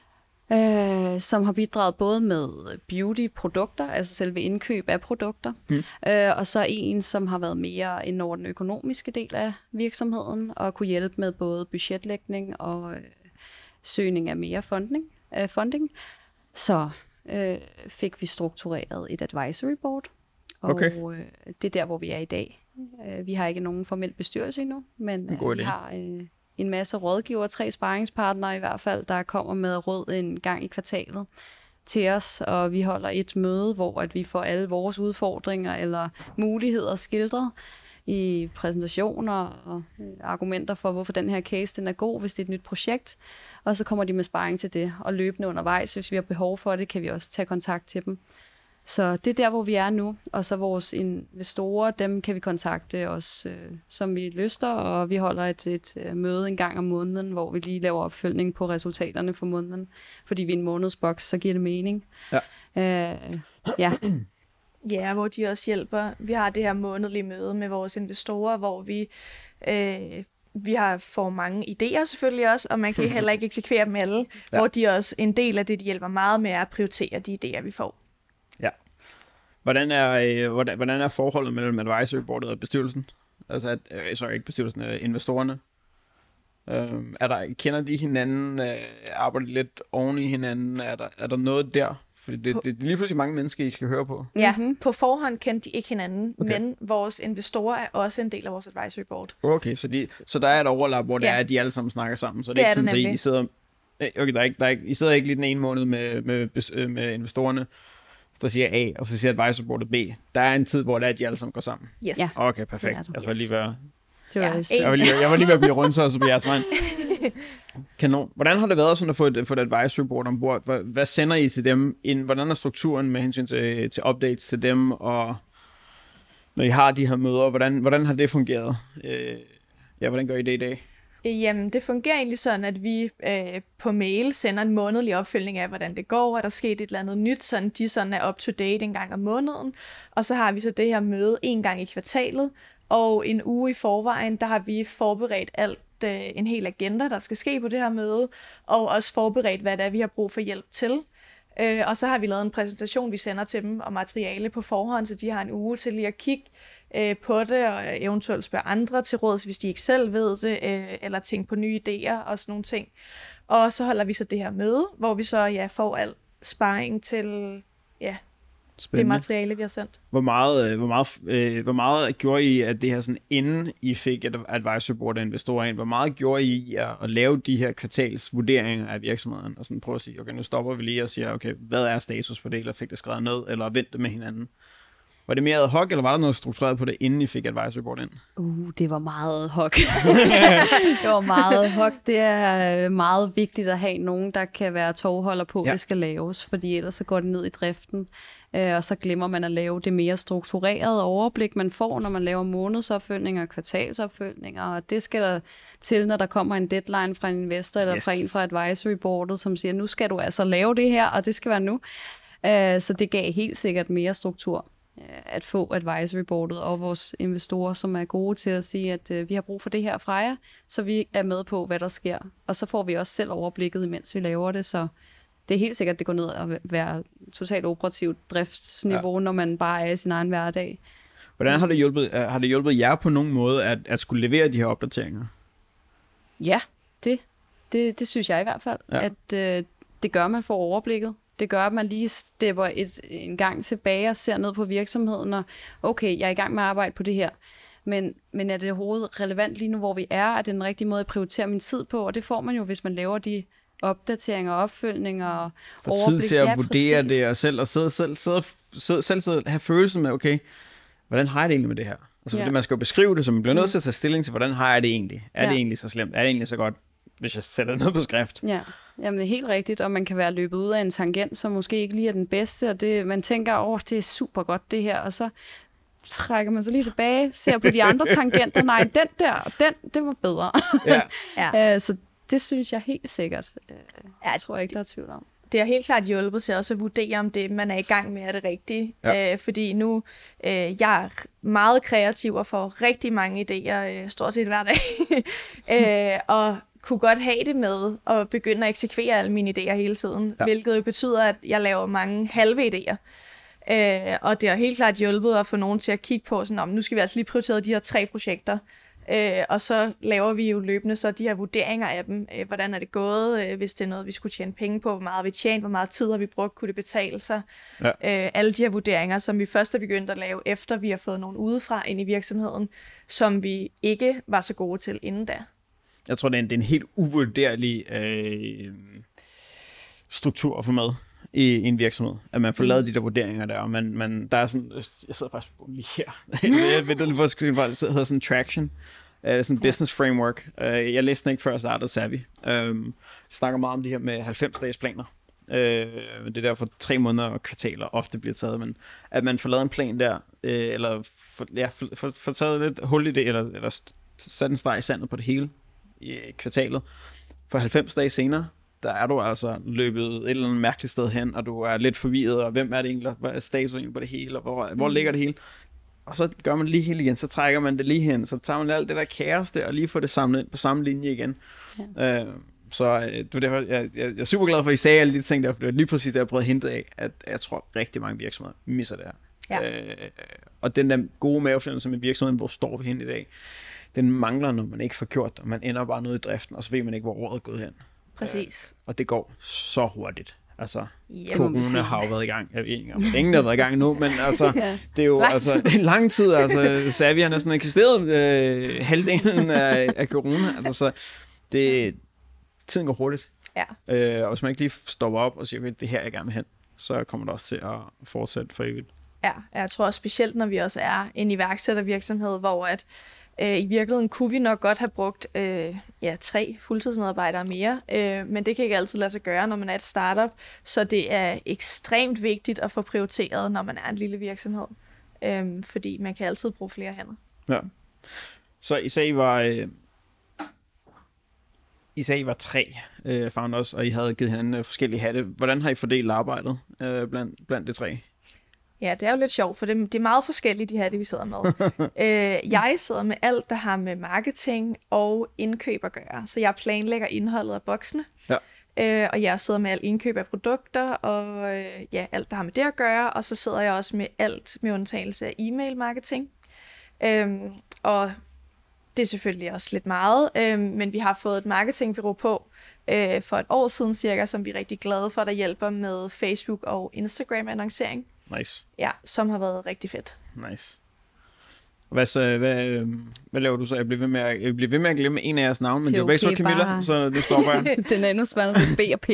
som har bidraget både med beauty-produkter, altså selve indkøb af produkter, og så en, som har været mere ind over den økonomiske del af virksomheden, og kunne hjælpe med både budgetlægning og søgning af mere funding. Så fik vi struktureret et advisory board, og det er der, hvor vi er i dag. Vi har ikke nogen formel bestyrelse endnu, men vi har en masse rådgiver, 3 sparringspartnere i hvert fald, der kommer med råd en gang i kvartalet til os, og vi holder et møde, hvor at vi får alle vores udfordringer eller muligheder skildret i præsentationer og argumenter for, hvorfor den her case den er god, hvis det er et nyt projekt. Og så kommer de med sparring til det, og løbende undervejs, hvis vi har behov for det, kan vi også tage kontakt til dem. Så det er der, hvor vi er nu. Og så vores investorer, dem kan vi kontakte os, som vi lyster, og vi holder et møde en gang om måneden, hvor vi lige laver opfølgning på resultaterne for måneden. Fordi vi er en månedsboks, så giver det mening. Ja. Ja, hvor de også hjælper. Vi har det her månedlige møde med vores investorer, hvor vi får mange idéer selvfølgelig også, og man kan heller ikke eksekvere dem alle, hvor de også, en del af det, de hjælper meget med, er at prioritere de idéer, vi får. Ja. Hvordan er forholdet mellem advisory boardet og bestyrelsen? Altså, ikke bestyrelsen, investorerne. Kender de hinanden? Arbejder de lidt oven i hinanden? Er der noget der? Fordi det er lige pludselig mange mennesker, I skal høre på. Ja, på forhånd kendte de ikke hinanden, men vores investorer er også en del af vores advisory board. Okay, så der er et overlap, hvor det er, at de alle sammen snakker sammen. Så det er ikke sådan, at I sidder... Okay, I sidder ikke lige den ene måned med investorerne, der siger A, og så siger advisory boardet B. Der er en tid, hvor det er, at de alle sammen går sammen. Yes. Okay, perfekt. Jeg var lige Jeg var lige ved at blive rundt, så på jeres vej. Kanon. Hvordan har det været sådan at få et advisory board ombord? Hvad sender I til dem? Hvordan er strukturen med hensyn til updates til dem? Og når I har de her møder, hvordan har det fungeret? Hvordan gør I det i dag? Jamen, det fungerer egentlig sådan, at vi på mail sender en månedlig opfølgning af, hvordan det går, og der sket et eller andet nyt, sådan de sådan er up to date en gang om måneden. Og så har vi så det her møde en gang i kvartalet, og en uge i forvejen, der har vi forberedt alt en hel agenda, der skal ske på det her møde, og også forberedt, hvad det er, vi har brug for hjælp til. Og så har vi lavet en præsentation, vi sender til dem, og materiale på forhånd, så de har en uge til lige at kigge på det, og eventuelt spørge andre til råds, hvis de ikke selv ved det, eller tænke på nye idéer og sådan nogle ting. Og så holder vi så det her møde, hvor vi så får al sparring til det materiale, vi har sendt. Hvor meget gjorde I af det her, sådan, inden I fik et advisory board af investorer ind? Hvor meget gjorde I at lave de her kvartalsvurderinger af virksomheden? Og sådan prøve at sige, okay, nu stopper vi lige og siger, okay, hvad er status på det, eller fik det skrevet ned, eller vendte med hinanden? Var det mere ad hoc, eller var der noget struktureret på det, inden I fik advisory board ind? Det var meget ad hoc. Det var meget ad hoc. Det er meget vigtigt at have nogen, der kan være tovholder på, det skal laves, fordi ellers så går det ned i driften. Og så glemmer man at lave det mere strukturerede overblik, man får, når man laver månedsopfølgninger og kvartalsopfølgninger, og det skal der til, når der kommer en deadline fra en investor eller fra en fra advisory boardet, som siger, nu skal du altså lave det her, og det skal være nu. Så det gav helt sikkert mere struktur at få advisory boardet og vores investorer, som er gode til at sige, at vi har brug for det her fra jer, så vi er med på, hvad der sker. Og så får vi også selv overblikket, imens vi laver det, så det er helt sikkert, at det går ned og være totalt operativt driftsniveau, når man bare er i sin egen hverdag. Hvordan har det hjulpet jer på nogen måde at skulle levere de her opdateringer? Ja, det synes jeg i hvert fald, at det gør, man får overblikket. Det gør, at man lige stepper en gang tilbage og ser ned på virksomheden, og okay, jeg er i gang med at arbejde på det her. Men er det overhovedet relevant lige nu, hvor vi er? Er det den rigtige måde at prioritere min tid på? Og det får man jo, hvis man laver de opdateringer og opfølgninger og overblik. For tid til at vurdere det, og selv have følelsen med, okay, hvordan har jeg det egentlig med det her? Altså, fordi man skal jo beskrive det, så man bliver nødt til at tage stilling til, hvordan har jeg det egentlig? Er det egentlig så slemt? Er det egentlig så godt, hvis jeg sætter noget på skrift? Ja, jamen det er helt rigtigt, og man kan være løbet ud af en tangent, som måske ikke lige er den bedste, og man tænker, det er super godt det her, og så trækker man sig lige tilbage, ser på de andre tangenter, nej, den der, og det var bedre. Så det synes jeg helt sikkert. Jeg tror ikke, der er tvivl om. Det har helt klart hjulpet til også at vurdere, om det, man er i gang med, er det rigtige. Fordi nu, jeg er meget kreativ og får rigtig mange idéer, stort set hver dag. Og kunne godt have det med at begynde at eksekvere alle mine idéer hele tiden, hvilket jo betyder, at jeg laver mange halve idéer. Og det har helt klart hjulpet at få nogen til at kigge på, sådan, nu skal vi altså lige prioritere de her 3 projekter. Og så laver vi jo løbende så de her vurderinger af dem. Hvordan er det gået, hvis det er noget, vi skulle tjene penge på, hvor meget har vi tjent, hvor meget tid har vi brugt, kunne det betale sig. Alle de her vurderinger, som vi først er begyndt at lave, efter vi har fået nogen udefra ind i virksomheden, som vi ikke var så gode til inden da. Jeg tror, det er en helt uvurderlig struktur at få med i en virksomhed, at man får lavet de der vurderinger der, og der er sådan, jeg sidder faktisk lige her, jeg ved det, det hedder sådan Traction, sådan business framework. Jeg læste den ikke før jeg startede Savvy. Snakker meget om det her med 90-dages planer. Det er derfor 3 måneder og kvartaler ofte bliver taget, men at man får lavet en plan der, eller får taget lidt hul i det, eller sat en streg i sandet på det hele i kvartalet. For 90 dage senere, der er du altså løbet et eller andet mærkeligt sted hen, og du er lidt forvirret, og hvem er det egentlig, hvad er status egentlig på det hele, og hvor ligger det hele? Og så gør man lige helt igen, så trækker man det lige hen, så tager man alt det der kaos der, og lige får det samlet ind på samme linje igen. Så det var derfor, jeg er super glad for, at I sagde alle de ting der, for det var lige præcis det, jeg prøvede at hente af, at jeg tror, rigtig mange virksomheder misser det her. Og den der gode mavefornemmelse som en virksomhed, hvor står vi hen i dag, den mangler, når man ikke får gjort det, og man ender bare nede i driften, og så ved man ikke, hvor året er gået hen. Præcis. Og det går så hurtigt. Altså, corona har jo været i gang. Jeg ved ikke, om ingen har været i gang nu, men altså, det er jo lang tid. Altså, Savvy har næsten eksisteret halvdelen af corona. Altså, så tiden går hurtigt. Og hvis man ikke lige stopper op og siger, at det er her, jeg gerne vil hen, så kommer det også til at fortsætte for evigt. Ja, jeg tror specielt, når vi også er en iværksættervirksomhed, hvor at i virkeligheden kunne vi nok godt have brugt 3 fuldtidsmedarbejdere mere, men det kan ikke altid lade sig gøre, når man er et startup, så det er ekstremt vigtigt at få prioriteret, når man er en lille virksomhed, fordi man kan altid bruge flere hænder. Ja. Så I sagde, I var 3 founders, og I havde givet hinanden forskellige hatte. Hvordan har I fordelt arbejdet blandt de 3? Ja, det er jo lidt sjovt, for det er meget forskelligt, de her, det vi sidder med. Jeg sidder med alt, der har med marketing og indkøb at gøre. Så jeg planlægger indholdet af boksene. Ja. Og jeg sidder med alt indkøb af produkter, og alt, der har med det at gøre. Og så sidder jeg også med alt med undtagelse af e-mail-marketing. Og det er selvfølgelig også lidt meget, men vi har fået et marketingbureau på for et år siden cirka, som vi er rigtig glade for, der hjælper med Facebook og Instagram-annoncering. Nice. Ja, som har været rigtig fedt. Nice. Hvad laver du så? Jeg bliver ved med at glemme en af jeres navne, men det er jo begge så Camilla, bare... så det stopper jeg. Den er endnu spændende, det er B og P.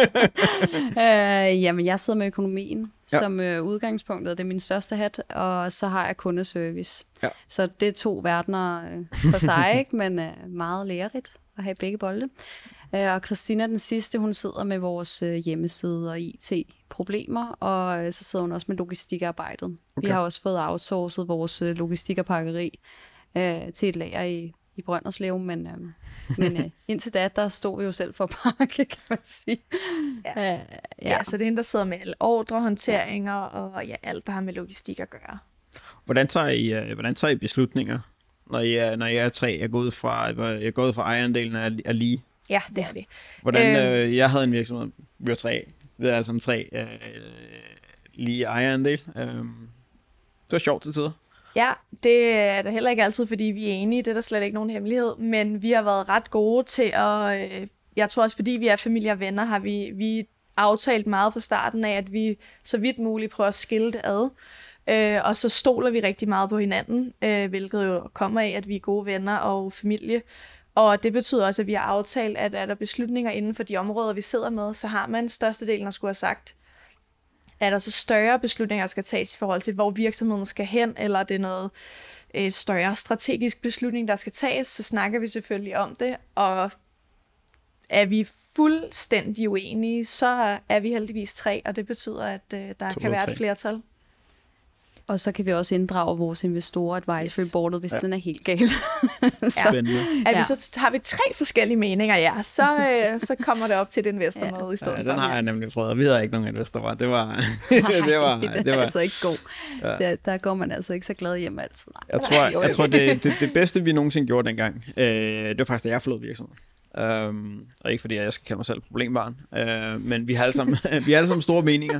Jamen, jeg sidder med økonomien som udgangspunkt, og det er min største hat, og så har jeg kundeservice. Ja. Så det er 2 verdener for sig, ikke? Men meget lærerigt at have begge bolde. Og Christina, den sidste, hun sidder med vores hjemmeside og IT-problemer, og så sidder hun også med logistikarbejdet. Okay. Vi har også fået outsourcet vores logistik og pakkeri til et lager i Brønderslev, men indtil da, der stod vi jo selv for at pakke, kan man sige. Ja, så det er hende, der sidder med alle ordrehåndteringer og alt, der har med logistik at gøre. Hvordan tager I beslutninger, når I er 3? Jeg er gået fra ejerandelen af lige. Ja, det er det. Jeg havde en virksomhed, vi var 3. Vi er altså 3 lige ejerandel. Det var sjovt til tider. Ja, det er da heller ikke altid, fordi vi er enige. Det er der slet ikke nogen hemmelighed. Men vi har været ret gode til at... Jeg tror også, fordi vi er familie og venner, har vi aftalt meget fra starten af, at vi så vidt muligt prøver at skille det ad. Og så stoler vi rigtig meget på hinanden, hvilket jo kommer af, at vi er gode venner og familie. Og det betyder også, at vi har aftalt, at er der beslutninger inden for de områder, vi sidder med, så har man størstedelen at skulle have sagt, er der så større beslutninger, der skal tages i forhold til, hvor virksomheden skal hen, eller er det noget større strategisk beslutning, der skal tages, så snakker vi selvfølgelig om det. Og er vi fuldstændig uenige, så er vi heldigvis 3, og det betyder, at der kan være et flertal. Og så kan vi også inddrage vores investorer advisory boardet, hvis den er helt gal. Spændende. Så har vi 3 forskellige meninger, så kommer det op til et investormøde i stedet for. Den har jeg nemlig prøvet, vi havde ikke nogen investorer. Det var altså ikke god. Ja. Der går man altså ikke så glad hjem altid. Jeg tror det bedste, vi nogensinde gjorde dengang, det var faktisk, da jeg forlod virksomheden. Og ikke fordi jeg skal kalde mig selv problembarn, men vi har alle sammen store meninger,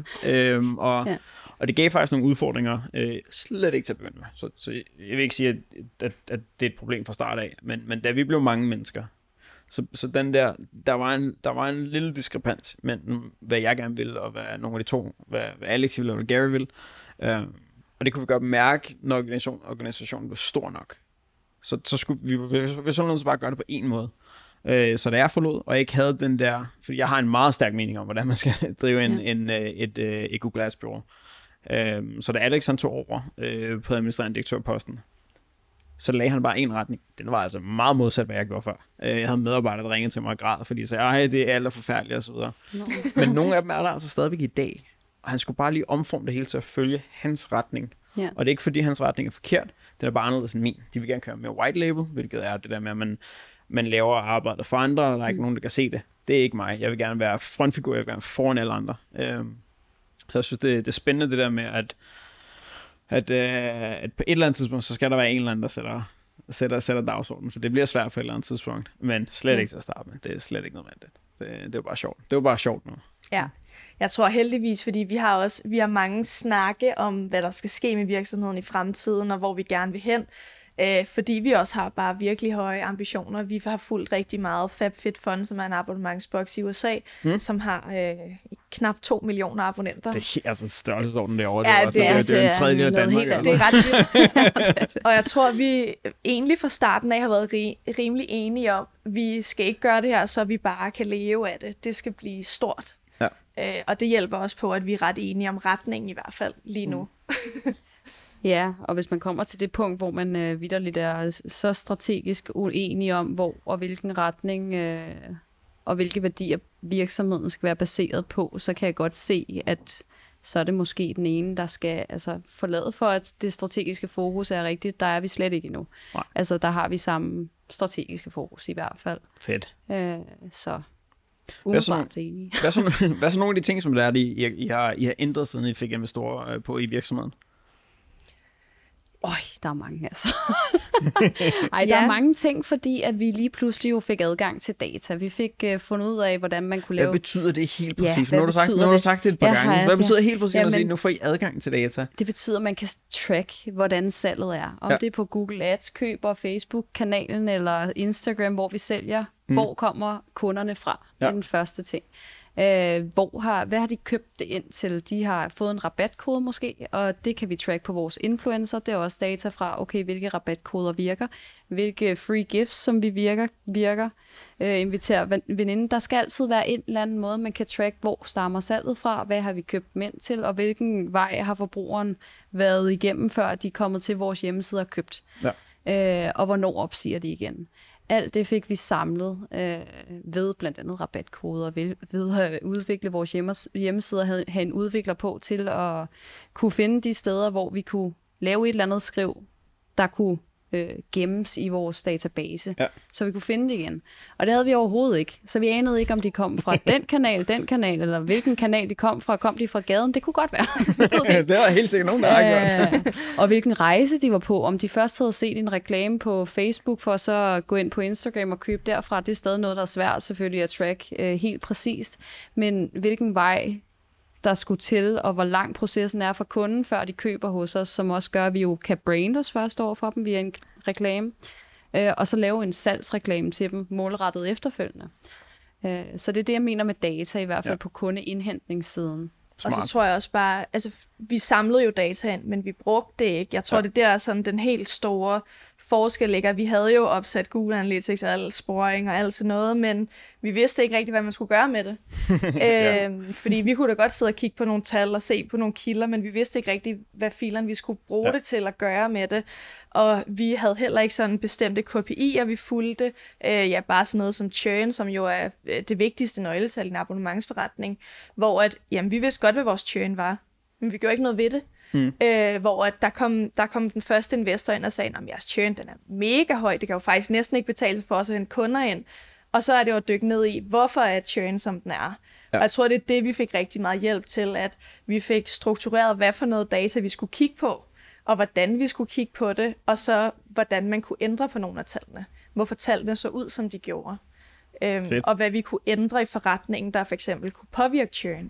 og det gav faktisk nogle udfordringer, slet ikke til at begynde med. Så jeg vil ikke sige, at det er et problem fra start af, men da vi blev mange mennesker, så der var en lille diskrepans mellem, hvad jeg gerne ville, og hvad nogle af de 2, hvad Alex ville, og hvad Gary ville. Og det kunne vi godt mærke, når organisationen blev stor nok. Så skulle vi så bare gøre det på en måde. Så da jeg forlod, og jeg ikke havde den der, fordi jeg har en meget stærk mening om, hvordan man skal drive et Ego Glass bureau. Så da Alex han tog over på administrerende direktørposten, så lagde han bare en retning. Den var altså meget modsat, hvad jeg gjorde før. Jeg havde medarbejdere, der ringede til mig og græd, fordi de sagde, det er alt forfærdeligt og så videre. Men nogle af dem er der altså stadigvæk i dag. Og han skulle bare lige omforme det hele til at følge hans retning. Ja. Og det er ikke fordi, hans retning er forkert. Det er bare anderledes end min. De vil gerne køre med white label, hvilket er det der med, at man laver arbejdet for andre, og der er ikke nogen, der kan se det. Det er ikke mig. Jeg vil gerne være frontfigur, jeg vil gerne være foran alle andre. Så jeg synes, det er spændende det der med, at på et eller andet tidspunkt, så skal der være en eller anden, der sætter dagsordenen, for det bliver svært på et eller andet tidspunkt, men slet ikke til at starte med. Det er slet ikke nødvendigt. Det er bare sjovt. Det er bare sjovt nu. Ja, jeg tror heldigvis, fordi vi har mange snakke om, hvad der skal ske med virksomheden i fremtiden, og hvor vi gerne vil hen. Fordi vi også har bare virkelig høje ambitioner. Vi har fulgt rigtig meget FabFitFun, som er en abonnementsboks i USA, som har knap 2 millioner abonnenter. Det er altså størrelsesorden derovre. Ja, det er en tredjedel af Danmark. Det er ret vildt. Og jeg tror, vi egentlig fra starten af har været rimelig enige om, vi skal ikke gøre det her, så vi bare kan leve af det. Det skal blive stort. Ja. Og det hjælper også på, at vi er ret enige om retningen i hvert fald lige nu. Ja, og hvis man kommer til det punkt, hvor man vitterligt er så strategisk uenig om, hvor og hvilken retning og hvilke værdier virksomheden skal være baseret på, så kan jeg godt se, at så er det måske den ene, der skal forlade for, at det strategiske fokus er rigtigt. Der er vi slet ikke endnu. Nej. Der har vi samme strategiske fokus i hvert fald. Fedt. Så Hvad er så nogle af de ting, som I har ændret, siden I fik investorer på i virksomheden? Der er mange, altså. Der er mange ting, fordi at vi lige pludselig jo fik adgang til data. Vi fik fundet ud af, hvordan man kunne lave... Hvad betyder det helt præcis? Nu har du sagt det et par gange. Hvad betyder helt præcis, at nu får I adgang til data? Det betyder, at man kan track, hvordan salget er. Om det er på Google Ads, køber, Facebook-kanalen eller Instagram, hvor vi sælger. Hvor kommer kunderne fra? Det er den første ting. Hvad har de købt det ind til? De har fået en rabatkode måske, og det kan vi track på vores influencer. Det er også data fra, okay, hvilke rabatkoder virker, hvilke free gifts, som vi virker. Inviterer veninden. Der skal altid være en eller anden måde, man kan track, hvor stammer salget fra, hvad har vi købt dem ind til, og hvilken vej har forbrugeren været igennem, før de er kommet til vores hjemmeside og købt. Og hvornår opsiger de igen. Alt det fik vi samlet ved blandt andet rabatkoder, ved at udvikle vores hjemmesider, have en udvikler på til at kunne finde de steder, hvor vi kunne lave et eller andet skriv, der kunne gemmes i vores database, så vi kunne finde det igen. Og det havde vi overhovedet ikke. Så vi anede ikke, om de kom fra den kanal, eller hvilken kanal de kom fra. Kom de fra gaden? Det kunne godt være. Det var helt sikkert nogen, der har gjort. Og hvilken rejse de var på. Om de først havde set en reklame på Facebook, for så at gå ind på Instagram og købe derfra. Det er stadig noget, der er svært selvfølgelig at track helt præcist. Men hvilken vej der skulle til, og hvor lang processen er for kunden, før de køber hos os, som også gør, at vi jo kan brande os først over for dem via en reklame, og så lave en salgsreklame til dem, målrettet efterfølgende. Så det er det, jeg mener med data, i hvert fald på kundeindhentningssiden. Smart. Og så tror jeg også bare, altså vi samlede jo data ind, men vi brugte det ikke. Jeg tror, det der er sådan den helt store forskel ligger. Vi havde jo opsat Google Analytics og al sporing og alt sådan noget, men vi vidste ikke rigtig, hvad man skulle gøre med det. Fordi vi kunne da godt sidde og kigge på nogle tal og se på nogle kilder, men vi vidste ikke rigtig, hvad filerne vi skulle bruge det til at gøre med det. Og vi havde heller ikke sådan bestemte KPI'er, vi fulgte. Bare sådan noget som churn, som jo er det vigtigste nøgletal i en abonnementsforretning, hvor at, vi vidste godt, hvad vores churn var, men vi gjorde ikke noget ved det. Hvor at der kom den første investor ind og sagde, at jeres churn den er mega høj, det kan jo faktisk næsten ikke betale for os at hente kunder ind. Og så er det jo at dykke ned i, hvorfor er churn som den er. Og jeg tror, det er det, vi fik rigtig meget hjælp til, at vi fik struktureret, hvad for noget data vi skulle kigge på, og hvordan vi skulle kigge på det, og så hvordan man kunne ændre på nogle af tallene. Hvorfor tallene så ud, som de gjorde. Og hvad vi kunne ændre i forretningen, der for eksempel kunne påvirke churn.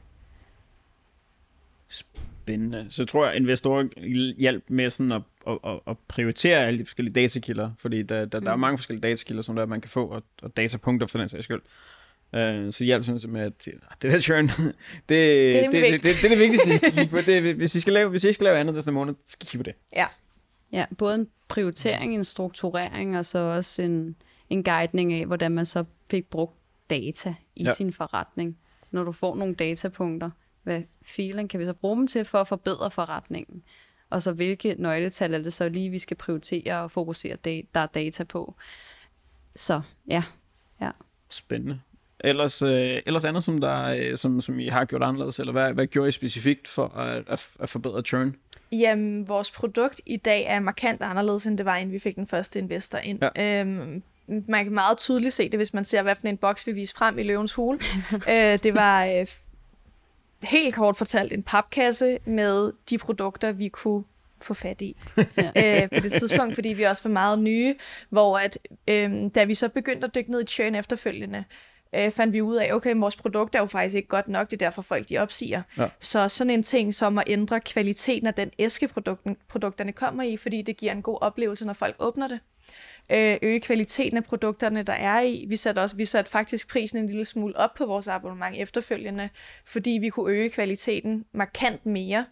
Spændende. Så tror jeg, investorer hjælp med sådan at prioritere alle de forskellige datakilder, fordi der er mange forskellige datakilder, som der man kan få, og datapunkter for den sags skyld. Så hjælp sådan med, at det der churn, det er det vigtigste, at kigge på. Hvis I skal lave andet næste måned, så skal I kigge på det. Ja, både en prioritering, en strukturering, og så også en guidning af, hvordan man så fik brugt data i sin forretning. Når du får nogle datapunkter, hvad filen kan vi så bruge dem til for at forbedre forretningen? Og så hvilke nøgletal er det så lige, vi skal prioritere og fokusere, der er data på. Så, ja. Spændende. Ellers andet, som I har gjort anderledes, eller hvad gjorde I specifikt for at forbedre churn? Jamen, vores produkt i dag er markant anderledes, end det var, inden vi fik den første investor ind. Man kan meget tydeligt se det, hvis man ser, hvad for en boks vi viste frem i Løvens Hule. Det var helt kort fortalt en papkasse med de produkter, vi kunne få fat i på det tidspunkt, fordi vi også var meget nye, hvor at, da vi så begyndte at dykke ned i churn efterfølgende, fandt vi ud af, okay, vores produkt er jo faktisk ikke godt nok, det er derfor folk de opsiger. Så sådan en ting som at ændre kvaliteten af den æske produkterne kommer i, fordi det giver en god oplevelse, når folk åbner det. Øge kvaliteten af produkterne, der er i. Vi satte faktisk prisen en lille smule op på vores abonnement efterfølgende, fordi vi kunne øge kvaliteten markant mere.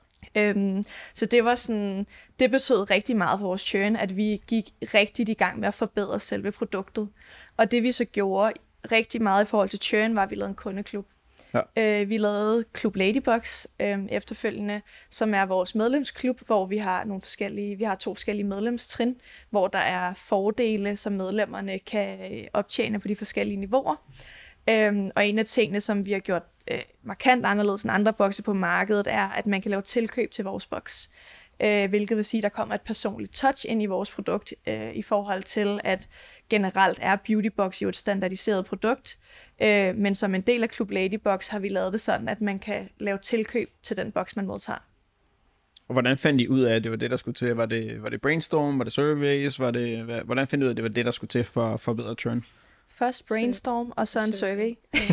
Så det var sådan, det betød rigtig meget for vores churn, at vi gik rigtig i gang med at forbedre selve produktet. Og det vi så gjorde rigtig meget i forhold til churn, var, at vi lavede en kundeklub. Vi lavede Klub Ladybox efterfølgende, som er vores medlemsklub, hvor vi har to forskellige medlemstrin, hvor der er fordele, som medlemmerne kan optjene på de forskellige niveauer. Og en af tingene, som vi har gjort markant anderledes end andre bokse på markedet, er, at man kan lave tilkøb til vores boks. hvilket vil sige, at der kommer et personligt touch ind i vores produkt, i forhold til, at generelt er Beautybox jo et standardiseret produkt, men som en del af Club Ladybox har vi lavet det sådan, at man kan lave tilkøb til den boks, man modtager. Og hvordan fandt I ud af, at det var det, der skulle til? Var det brainstorm? Var det surveys? Hvordan fandt I ud af, at det var det, der skulle til for at forbedre churn? Først brainstorm, og så en survey.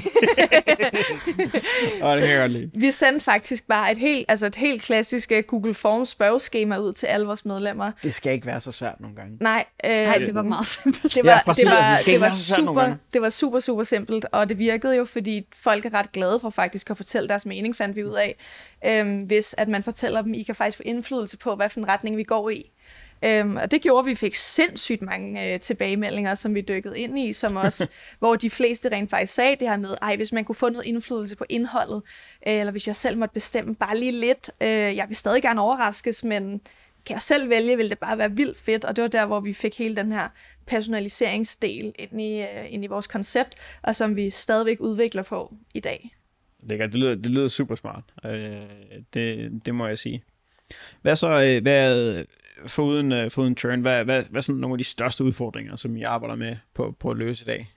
Vi sendte faktisk bare et helt klassisk Google Forms spørgeskema ud til alle vores medlemmer. Det skal ikke være så svært nogle gange. Nej, det var meget simpelt. Det var super, super simpelt, og det virkede jo, fordi folk er ret glade for faktisk at fortælle deres mening, fandt vi ud af. Hvis at man fortæller dem, I kan faktisk få indflydelse på, hvad for en retning vi går i. Og det gjorde, at vi fik sindssygt mange tilbagemeldinger, som vi dykkede ind i, som også, hvor de fleste rent faktisk sagde det her med, hvis man kunne få noget indflydelse på indholdet, eller hvis jeg selv måtte bestemme bare lige lidt, jeg vil stadig gerne overraskes, men kan jeg selv vælge, vil det bare være vildt fedt, og det var der, hvor vi fik hele den her personaliseringsdel ind i vores koncept, og som vi stadigvæk udvikler på i dag. Lækkert. Det lyder super smart. Det må jeg sige. Hvad så, foruden churn, hvad er sådan nogle af de største udfordringer, som I arbejder med på at løse i dag?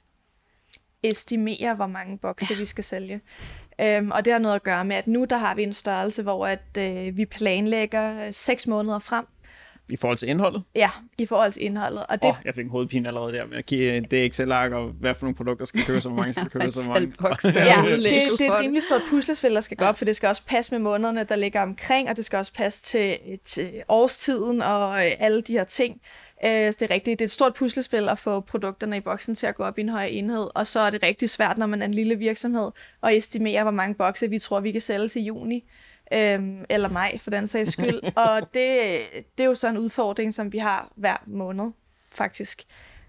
Estimere, hvor mange bokse vi skal sælge. Og det har noget at gøre med, at nu der har vi en størrelse, hvor at, vi planlægger 6 måneder frem. I forhold til indholdet? Ja, i forhold til indholdet. Og det... jeg fik en hovedpine allerede der med at give det Excel-ark, og hvad for nogle produkter skal købes, og hvor mange skal købes, og hvor mange. Ja, det er et rimelig stort puslespil, der skal gå op, for det skal også passe med månederne, der ligger omkring, og det skal også passe til årstiden og alle de her ting. Så det er rigtigt. Det er et stort puslespil at få produkterne i boksen til at gå op i en høj enhed, og så er det rigtig svært, når man er en lille virksomhed, at estimere, hvor mange bokse vi tror, vi kan sælge til juni. Eller maj, for den sags skyld. Og det er jo så en udfordring, som vi har hver måned, faktisk.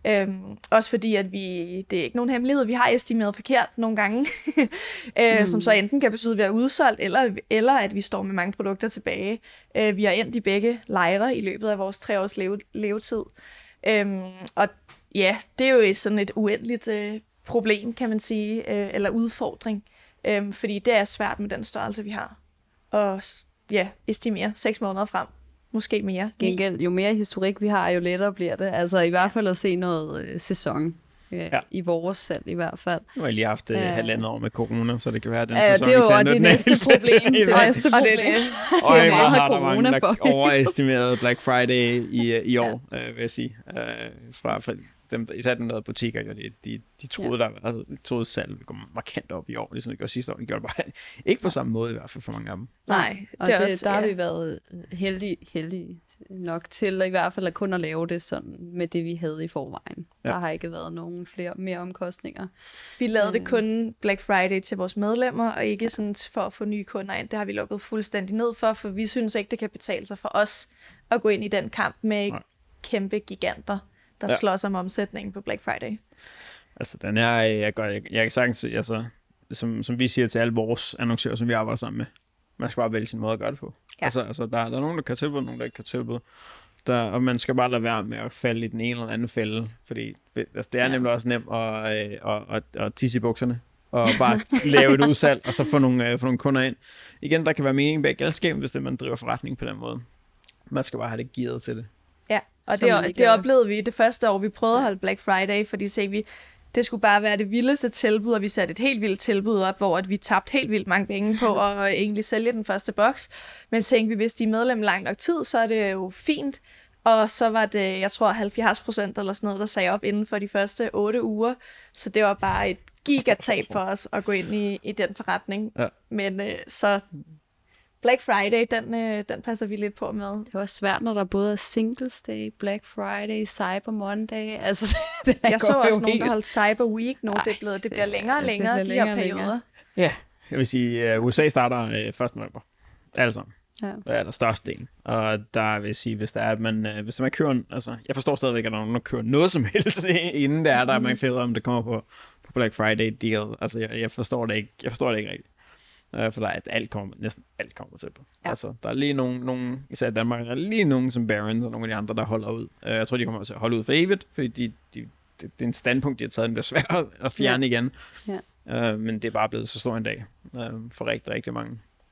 Også fordi, at det er ikke nogen hemmelighed, vi har estimeret forkert nogle gange, som så enten kan betyde, at vi er udsolgt, eller at vi står med mange produkter tilbage. Vi har endt i begge lejre i løbet af vores 3 års levetid. Og ja, det er jo sådan et uendeligt problem, kan man sige, eller udfordring, fordi det er svært med den størrelse, vi har. Og estimere 6 måneder frem. Måske mere. Gengæld, jo mere historik vi har, jo lettere bliver det. Altså i hvert fald at se noget sæson. I vores salg i hvert fald. Nu har jeg lige haft 1,5 år med corona, så det kan være, at den sæson det er jo det næste problem. Det næste problem. Og jeg har der mange, der overestimerede Black Friday i år, vil jeg sige. Fra dem, især den der butikker, de troede, de troede salget ville gå markant op i år, ligesom det gjorde sidste år. De gjorde det bare ikke på samme måde, i hvert fald for mange af dem. Nej, og der har vi været heldige nok til i hvert fald at kun at lave det sådan med det, vi havde i forvejen. Ja. Der har ikke været nogen mere omkostninger. Vi lavede det kun Black Friday til vores medlemmer, og ikke sådan for at få nye kunder ind. Det har vi lukket fuldstændig ned for vi synes ikke, det kan betale sig for os at gå ind i den kamp med kæmpe giganter, der slår sig om omsætningen på Black Friday. Altså, den er, jeg kan sagtens, altså, som vi siger til alle vores annoncører, som vi arbejder sammen med, man skal bare vælge sin måde at gøre det på. Ja. Altså der er nogen, der kan tilbyde, nogen, der ikke kan tilbyde. Og man skal bare lade være med at falde i den ene eller anden fælde, fordi altså, det er nemlig også nemt at tisse i bukserne, og bare lave et udsalg, og så få nogle kunder ind. Igen, der kan være mening bag galskaben, hvis man driver forretning på den måde. Man skal bare have det gearet til det. Ja, og det oplevede vi det første år, vi prøvede at holde Black Friday, fordi tænkte vi, det skulle bare være det vildeste tilbud, og vi satte et helt vildt tilbud op, hvor vi tabte helt vildt mange penge på at egentlig sælge den første boks. Men tænkte vi, hvis de er medlem lang nok tid, så er det jo fint. Og så var det, jeg tror 70% eller sådan noget, der sagde op inden for de første 8 uger. Så det var bare et gigatab for os at gå ind i den forretning. Ja. Men så Black Friday, den passer vi lidt på med. Det var svært, når der både er Singles Day, Black Friday, Cyber Monday. Altså, jeg så også nogen, der holdt Cyber Week nu. Det bliver længere og længere, de her perioder. Ja, jeg vil sige, USA starter 1. november. Alle sammen. Ja. Det er der største del. Og der vil jeg sige, hvis der er, at hvis man kører, altså, jeg forstår stadigvæk, at der er nogen, der kører noget som helst, inden det er der, man finder om det kommer på Black Friday deal. Altså, jeg forstår det ikke rigtigt. For der er næsten alt kommer til på. Ja. Altså, der er lige nogen, især i Danmark, der er lige nogen som Barons og nogle af de andre, der holder ud. Jeg tror, de kommer til at holde ud for evigt, fordi det er en standpunkt, de har taget, den bliver svært at fjerne igen. Ja. Men det er bare blevet så stor en dag for rigtig, rigtig mange.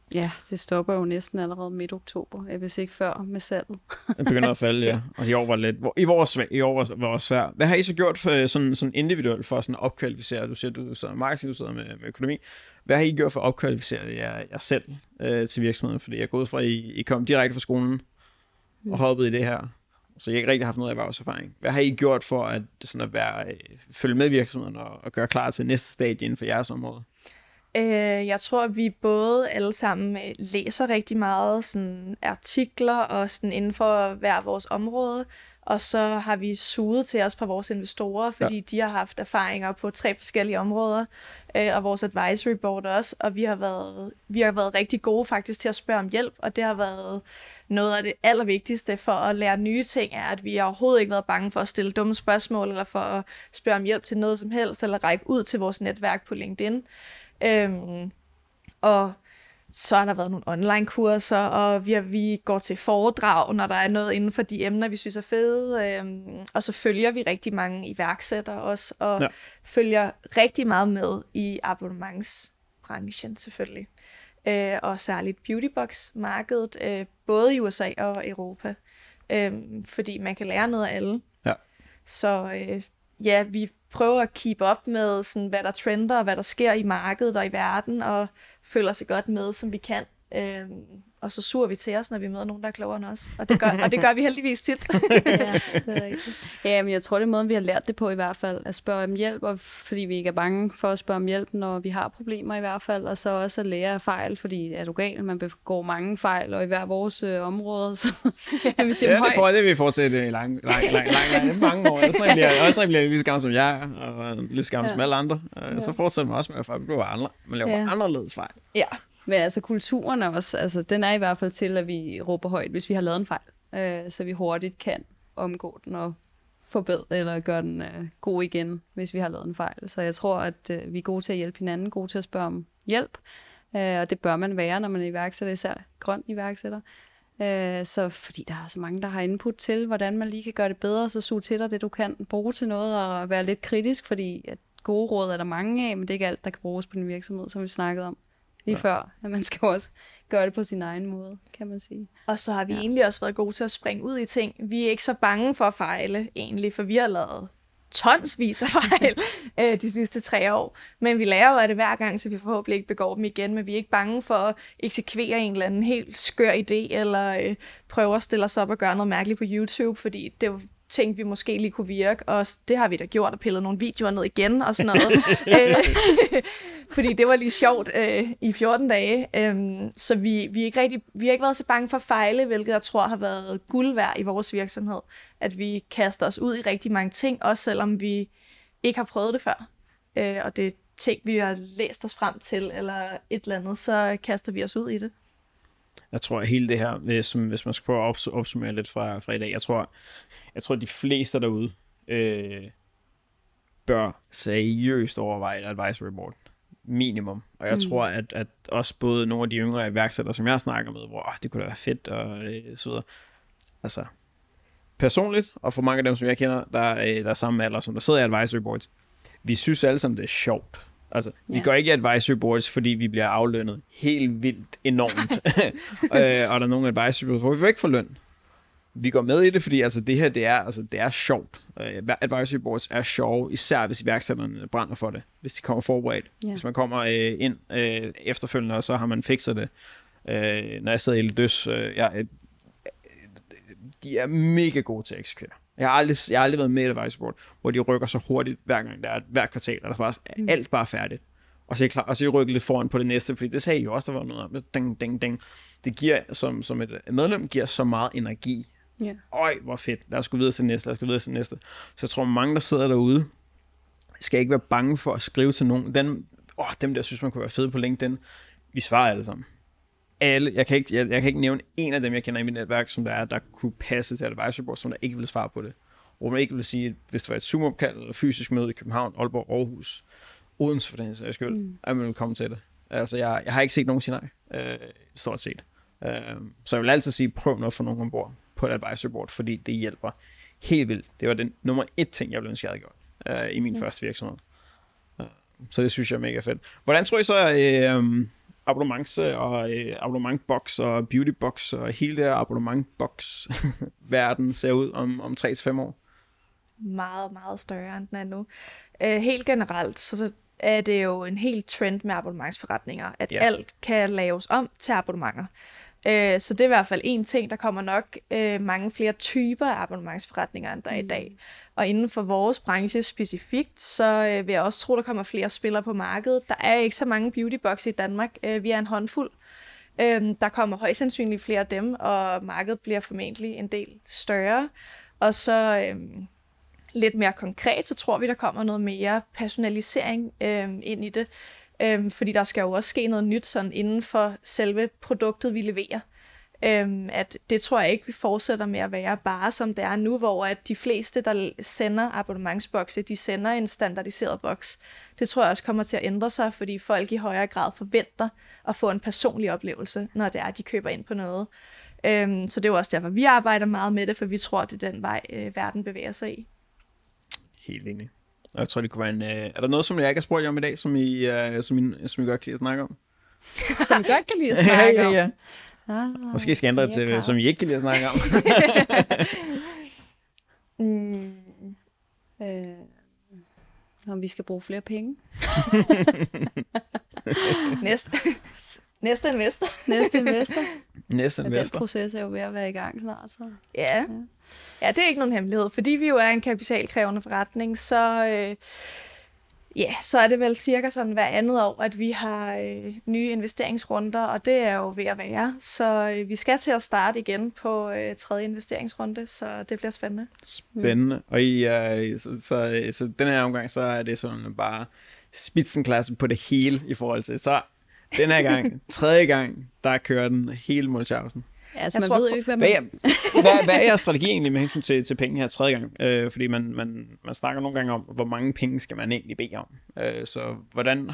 Ja, det stopper jo næsten allerede midt oktober, hvis ikke før med salget. Det begynder at falde, ja. Og i år var lidt... I år var svært. Hvad har I så gjort for, sådan individuelt for sådan at opkvalificere? Du siger, du sidder med marketing, du sidder med økonomi. Hvad har I gjort for at opkvalificere jer selv til virksomheden? Fordi jeg er gået fra, I kom direkte fra skolen og hoppet i det her. Så jeg har ikke rigtig haft noget erhvervserfaring. Hvad har I gjort for at, sådan følge med virksomheden og gøre klar til næste stadie inden for jeres område? Jeg tror, at vi både alle sammen læser rigtig meget sådan artikler og sådan inden for hver vores område, og så har vi suget til os fra vores investorer, fordi de har haft erfaringer på 3 forskellige områder, og vores advisory board også, og vi har været rigtig gode faktisk til at spørge om hjælp, og det har været noget af det allervigtigste for at lære nye ting, er, at vi har overhovedet ikke været bange for at stille dumme spørgsmål, eller for at spørge om hjælp til noget som helst, eller række ud til vores netværk på LinkedIn. Og så har der været nogle online-kurser, og vi går til foredrag, når der er noget inden for de emner, vi synes er fede. Og så følger vi rigtig mange iværksættere også, og følger rigtig meget med i abonnementsbranchen selvfølgelig. Og særligt beautybox-markedet, både i USA og Europa. Fordi man kan lære noget af alle. Ja. Så vi prøver at keep up med, sådan, hvad der trender, og hvad der sker i markedet og i verden, og føler sig godt med, som vi kan. Og så suger vi til os, når vi møder nogen, der er klogere end os. Og det gør vi heldigvis tit. Ja, det er rigtigt. Ja, men jeg tror, det er måden, vi har lært det på i hvert fald. At spørge om hjælp, og fordi vi ikke er bange for at spørge om hjælp, når vi har problemer i hvert fald. Og så også at lære af fejl, fordi er du gal, man begår mange fejl, og i hver vores område. Så vi siger det vi får til det i mange år. Også bliver lige så gammel som jeg, og lige så gammel som alle andre. Så fortsætter man også med at begå man laver anderledes fejl. Ja. Men altså kulturen er også, altså den er i hvert fald til, at vi råber højt, hvis vi har lavet en fejl, så vi hurtigt kan omgå den og forbedre eller gøre den god igen, hvis vi har lavet en fejl. Så jeg tror, at vi er gode til at hjælpe hinanden, gode til at spørge om hjælp, og det bør man være, når man er iværksætter, især grøn iværksætter. Så fordi der er så mange, der har input til, hvordan man lige kan gøre det bedre, så suge til dig det, du kan bruge til noget, og være lidt kritisk, fordi at gode råd er der mange af, men det er ikke alt, der kan bruges på din virksomhed, som vi snakkede om lige før, at man skal også gøre det på sin egen måde, kan man sige. Og så har vi egentlig også været gode til at springe ud i ting. Vi er ikke så bange for at fejle, egentlig, for vi har lavet tonsvis af fejl de sidste 3 år. Men vi lærer jo af det hver gang, så vi forhåbentlig ikke begår dem igen, men vi er ikke bange for at eksekvere en eller anden helt skør idé, eller prøve at stille os op og gøre noget mærkeligt på YouTube, fordi det var ting, vi måske lige kunne virke, og det har vi da gjort, og pillet nogle videoer ned igen, og sådan noget. Fordi det var lige sjovt i 14 dage. Så vi har ikke været så bange for at fejle, hvilket jeg tror har været guld værd i vores virksomhed. At vi kaster os ud i rigtig mange ting, også selvom vi ikke har prøvet det før. Og det er ting, vi har læst os frem til, eller et eller andet, så kaster vi os ud i det. Jeg tror, at hele det her, hvis man skal prøve at opsummere lidt fra i dag, jeg tror, at de fleste derude bør seriøst overveje et advisory board. Minimum. Og jeg tror, at også både nogle af de yngre iværksættere, som jeg snakker med, hvor det kunne da være fedt og så videre. Altså, personligt, og for mange af dem, som jeg kender, der er samme alder, som der sidder i advisory boards, vi synes alle sammen, det er sjovt. Altså, vi går ikke i advisory boards, fordi vi bliver aflønnet helt vildt enormt. Og der er nogle advisory boards, hvor vi får ikke få løn. Vi går med i det, fordi altså, det her, det er sjovt. Advisory boards er sjove, især hvis iværksætterne brænder for det. Hvis de kommer forberedt. Hvis man kommer ind efterfølgende, og så har man fikset det. Når jeg sidder i Eldøs, de er mega gode til at eksekvere. Jeg har aldrig været med i et advisory board, hvor de rykker så hurtigt hver gang, der er hver kvartal, og der er alt bare færdigt. Og så er klar, og så rykker lidt foran på det næste, fordi det sagde I jo også, der var noget om det. Ding, ding, ding. Det giver, som et medlem, giver så meget energi. Øj, hvor fedt. Lad os gå videre til næste, Så jeg tror, mange, der sidder derude, skal ikke være bange for at skrive til nogen. Dem der synes, man kunne være fede på LinkedIn, vi svarer alle sammen. Jeg kan ikke nævne en af dem, jeg kender i mit netværk, som der kunne passe til advisory board, som der ikke ville svare på det. Hvor man ikke vil sige, hvis det var et Zoom-opkald eller fysisk møde i København, Aalborg, Aarhus, Odense for den sags skyld, at man vil komme til det. Altså, jeg har ikke set nogen sige nej, stort set. Så jeg vil altid sige, prøv noget for nogen ombord på et advisory board, fordi det hjælper helt vildt. Det var den nummer 1 ting, jeg ville ønske, jeg havde gjort i min første virksomhed. Så det synes jeg er mega fedt. Hvordan tror I så, abonnements- og abonnementbox og beautybox og hele det her abonnementbox-verden ser ud om 3-5 år? Meget, meget større, end den er nu. Helt generelt, så er det jo en helt trend med abonnementsforretninger, at alt kan laves om til abonnementer. Så det er i hvert fald en ting, der kommer nok mange flere typer af abonnementsforretninger, end der er i dag. Og inden for vores branche specifikt, så vil jeg også tro, der kommer flere spillere på markedet. Der er ikke så mange beautyboxe i Danmark. Vi er en håndfuld. Der kommer højst sandsynligt flere af dem, og markedet bliver formentlig en del større. Og så lidt mere konkret, så tror vi, der kommer noget mere personalisering ind i det. Fordi der skal jo også ske noget nyt sådan inden for selve produktet, vi leverer. At det tror jeg ikke, vi fortsætter med at være bare som det er nu, hvor at de fleste, der sender abonnementsbokse, de sender en standardiseret boks. Det tror jeg også kommer til at ændre sig, fordi folk i højere grad forventer at få en personlig oplevelse, når det er, at de køber ind på noget. Så det er jo også derfor, vi arbejder meget med det, for vi tror, det er den vej, verden bevæger sig i. Helt enig. Og jeg tror, det kunne være en... er der noget, som jeg ikke har spurgt jer om i dag, som I godt kan lide at snakke om? Som I godt kan lide at snakke om? Ja. Måske skal jeg ændre det til, som I ikke kan lide at snakke om. Om vi skal bruge flere penge. Næste investor. Næste investor. Næste investor. Den proces er jo ved at være i gang snart. Så. Ja, det er ikke nogen hemmelighed. Fordi vi jo er en kapitalkrævende forretning, så så er det vel cirka sådan hver andet år, at vi har nye investeringsrunder, og det er jo ved at være. Så vi skal til at starte igen på tredje investeringsrunde, så det bliver spændende. Spændende. Og så den her omgang, så er det sådan bare spitzenklasse på det hele i forhold til. Så den her gang, tredje gang, der kører den hele Mulchausen. Ja, så man ved jo ikke, hvad man... Hvad er jeres strategi egentlig med hensyn til penge her tredje gang? Fordi man snakker nogle gange om, hvor mange penge skal man egentlig bede om. Så hvordan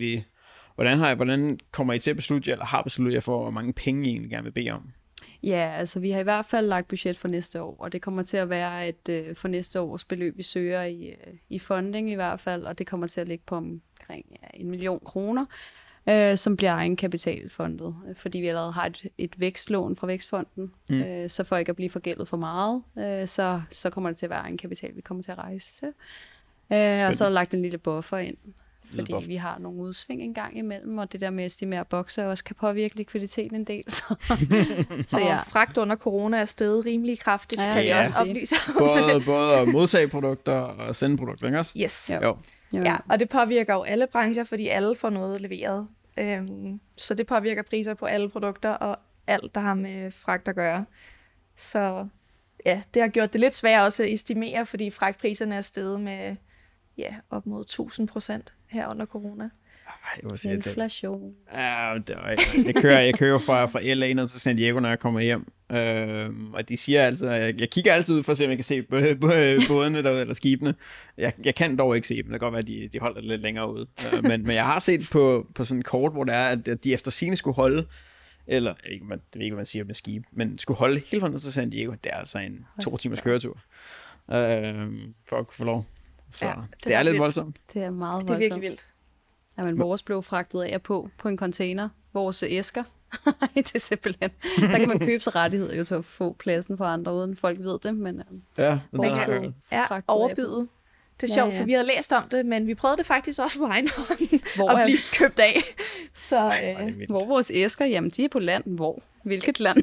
kommer I til at beslutte jer, eller har besluttet jer for, hvor mange penge I egentlig gerne vil bede om? Ja, altså vi har i hvert fald lagt budget for næste år, og det kommer til at være et for næste års beløb, vi søger i funding i hvert fald, og det kommer til at ligge på omkring 1 million kroner. Som bliver egenkapitalfondet, fordi vi allerede har et vækstlån fra Vækstfonden, så for ikke at blive forgældet for meget, så kommer det til at være egenkapital, vi kommer til at rejse til. Og så er der lagt en lille buffer ind, fordi vi har nogle udsving en gang imellem, og det der med at estimere bokser også kan påvirke likviditeten en del. Så ja. Og fragt under corona er steget rimelig kraftigt, kan jeg også oplyse. Både at modtage produkter og sende produkter, ikke også? Yes. Jo. Ja, og det påvirker jo alle brancher, fordi alle får noget leveret. Så det påvirker priser på alle produkter og alt, der har med fragt at gøre. Så ja, det har gjort det lidt sværere også at estimere, fordi fragtpriserne er steget med op mod 1000% her under corona. Inflation. Ja, jeg kører fra LA ned til San Diego, når jeg kommer hjem. Og de siger altså, jeg kigger altid ud for at se, om jeg kan se bådene derude, eller skibene. Jeg kan dog ikke se dem. Det kan godt være, at de holder lidt længere ude. Men jeg har set på sådan et kort, hvor det er, at de efter sigende skulle holde, eller jeg ved ikke, hvad man siger med skib, men skulle holde helt fra ned til San Diego. Det er altså en 2 timers køretur. For at kunne få lov. Så det er lidt voldsomt. Det er meget voldsomt. Det er virkelig vildt. Jamen, vores blev fragtet af på en container. Vores æsker. Det er simpelthen... Der kan man købe sig rettighed jo til at få pladsen for andre, uden folk ved det. Men, man kan overbyde. Det er sjovt, for vi havde læst om det, men vi prøvede det faktisk også på egen hånd at blive købt af. Så, hvor vores æsker, jamen de er på land. Hvor? Hvilket land?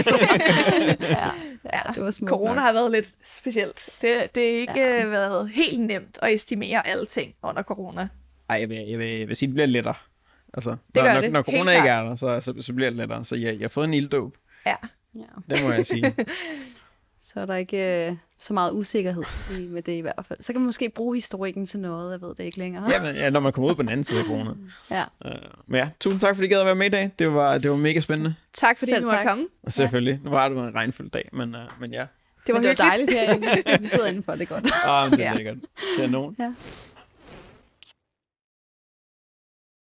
Det var smukt. Corona har været lidt specielt. Det er ikke været helt nemt at estimere alting under corona. Ej, jeg vil sige, det bliver lettere. Altså, når corona ikke er der, så bliver det lettere. Så jeg har fået en ilddåb. Ja. Det må jeg sige. Så er der ikke så meget usikkerhed med det i hvert fald. Så kan man måske bruge historikken til noget, jeg ved det ikke længere. Ja, når man kommer ud på den anden side af corona. Ja. Men tusind tak, fordi I gad at være med i dag. Det var mega spændende. Tak, fordi du måtte komme. Og selvfølgelig. Nu var det en regnfyldt dag, men ja. Det var dejligt herinde. Vi sidder indenfor, det er godt. Det er godt. Det er nogen. Ja.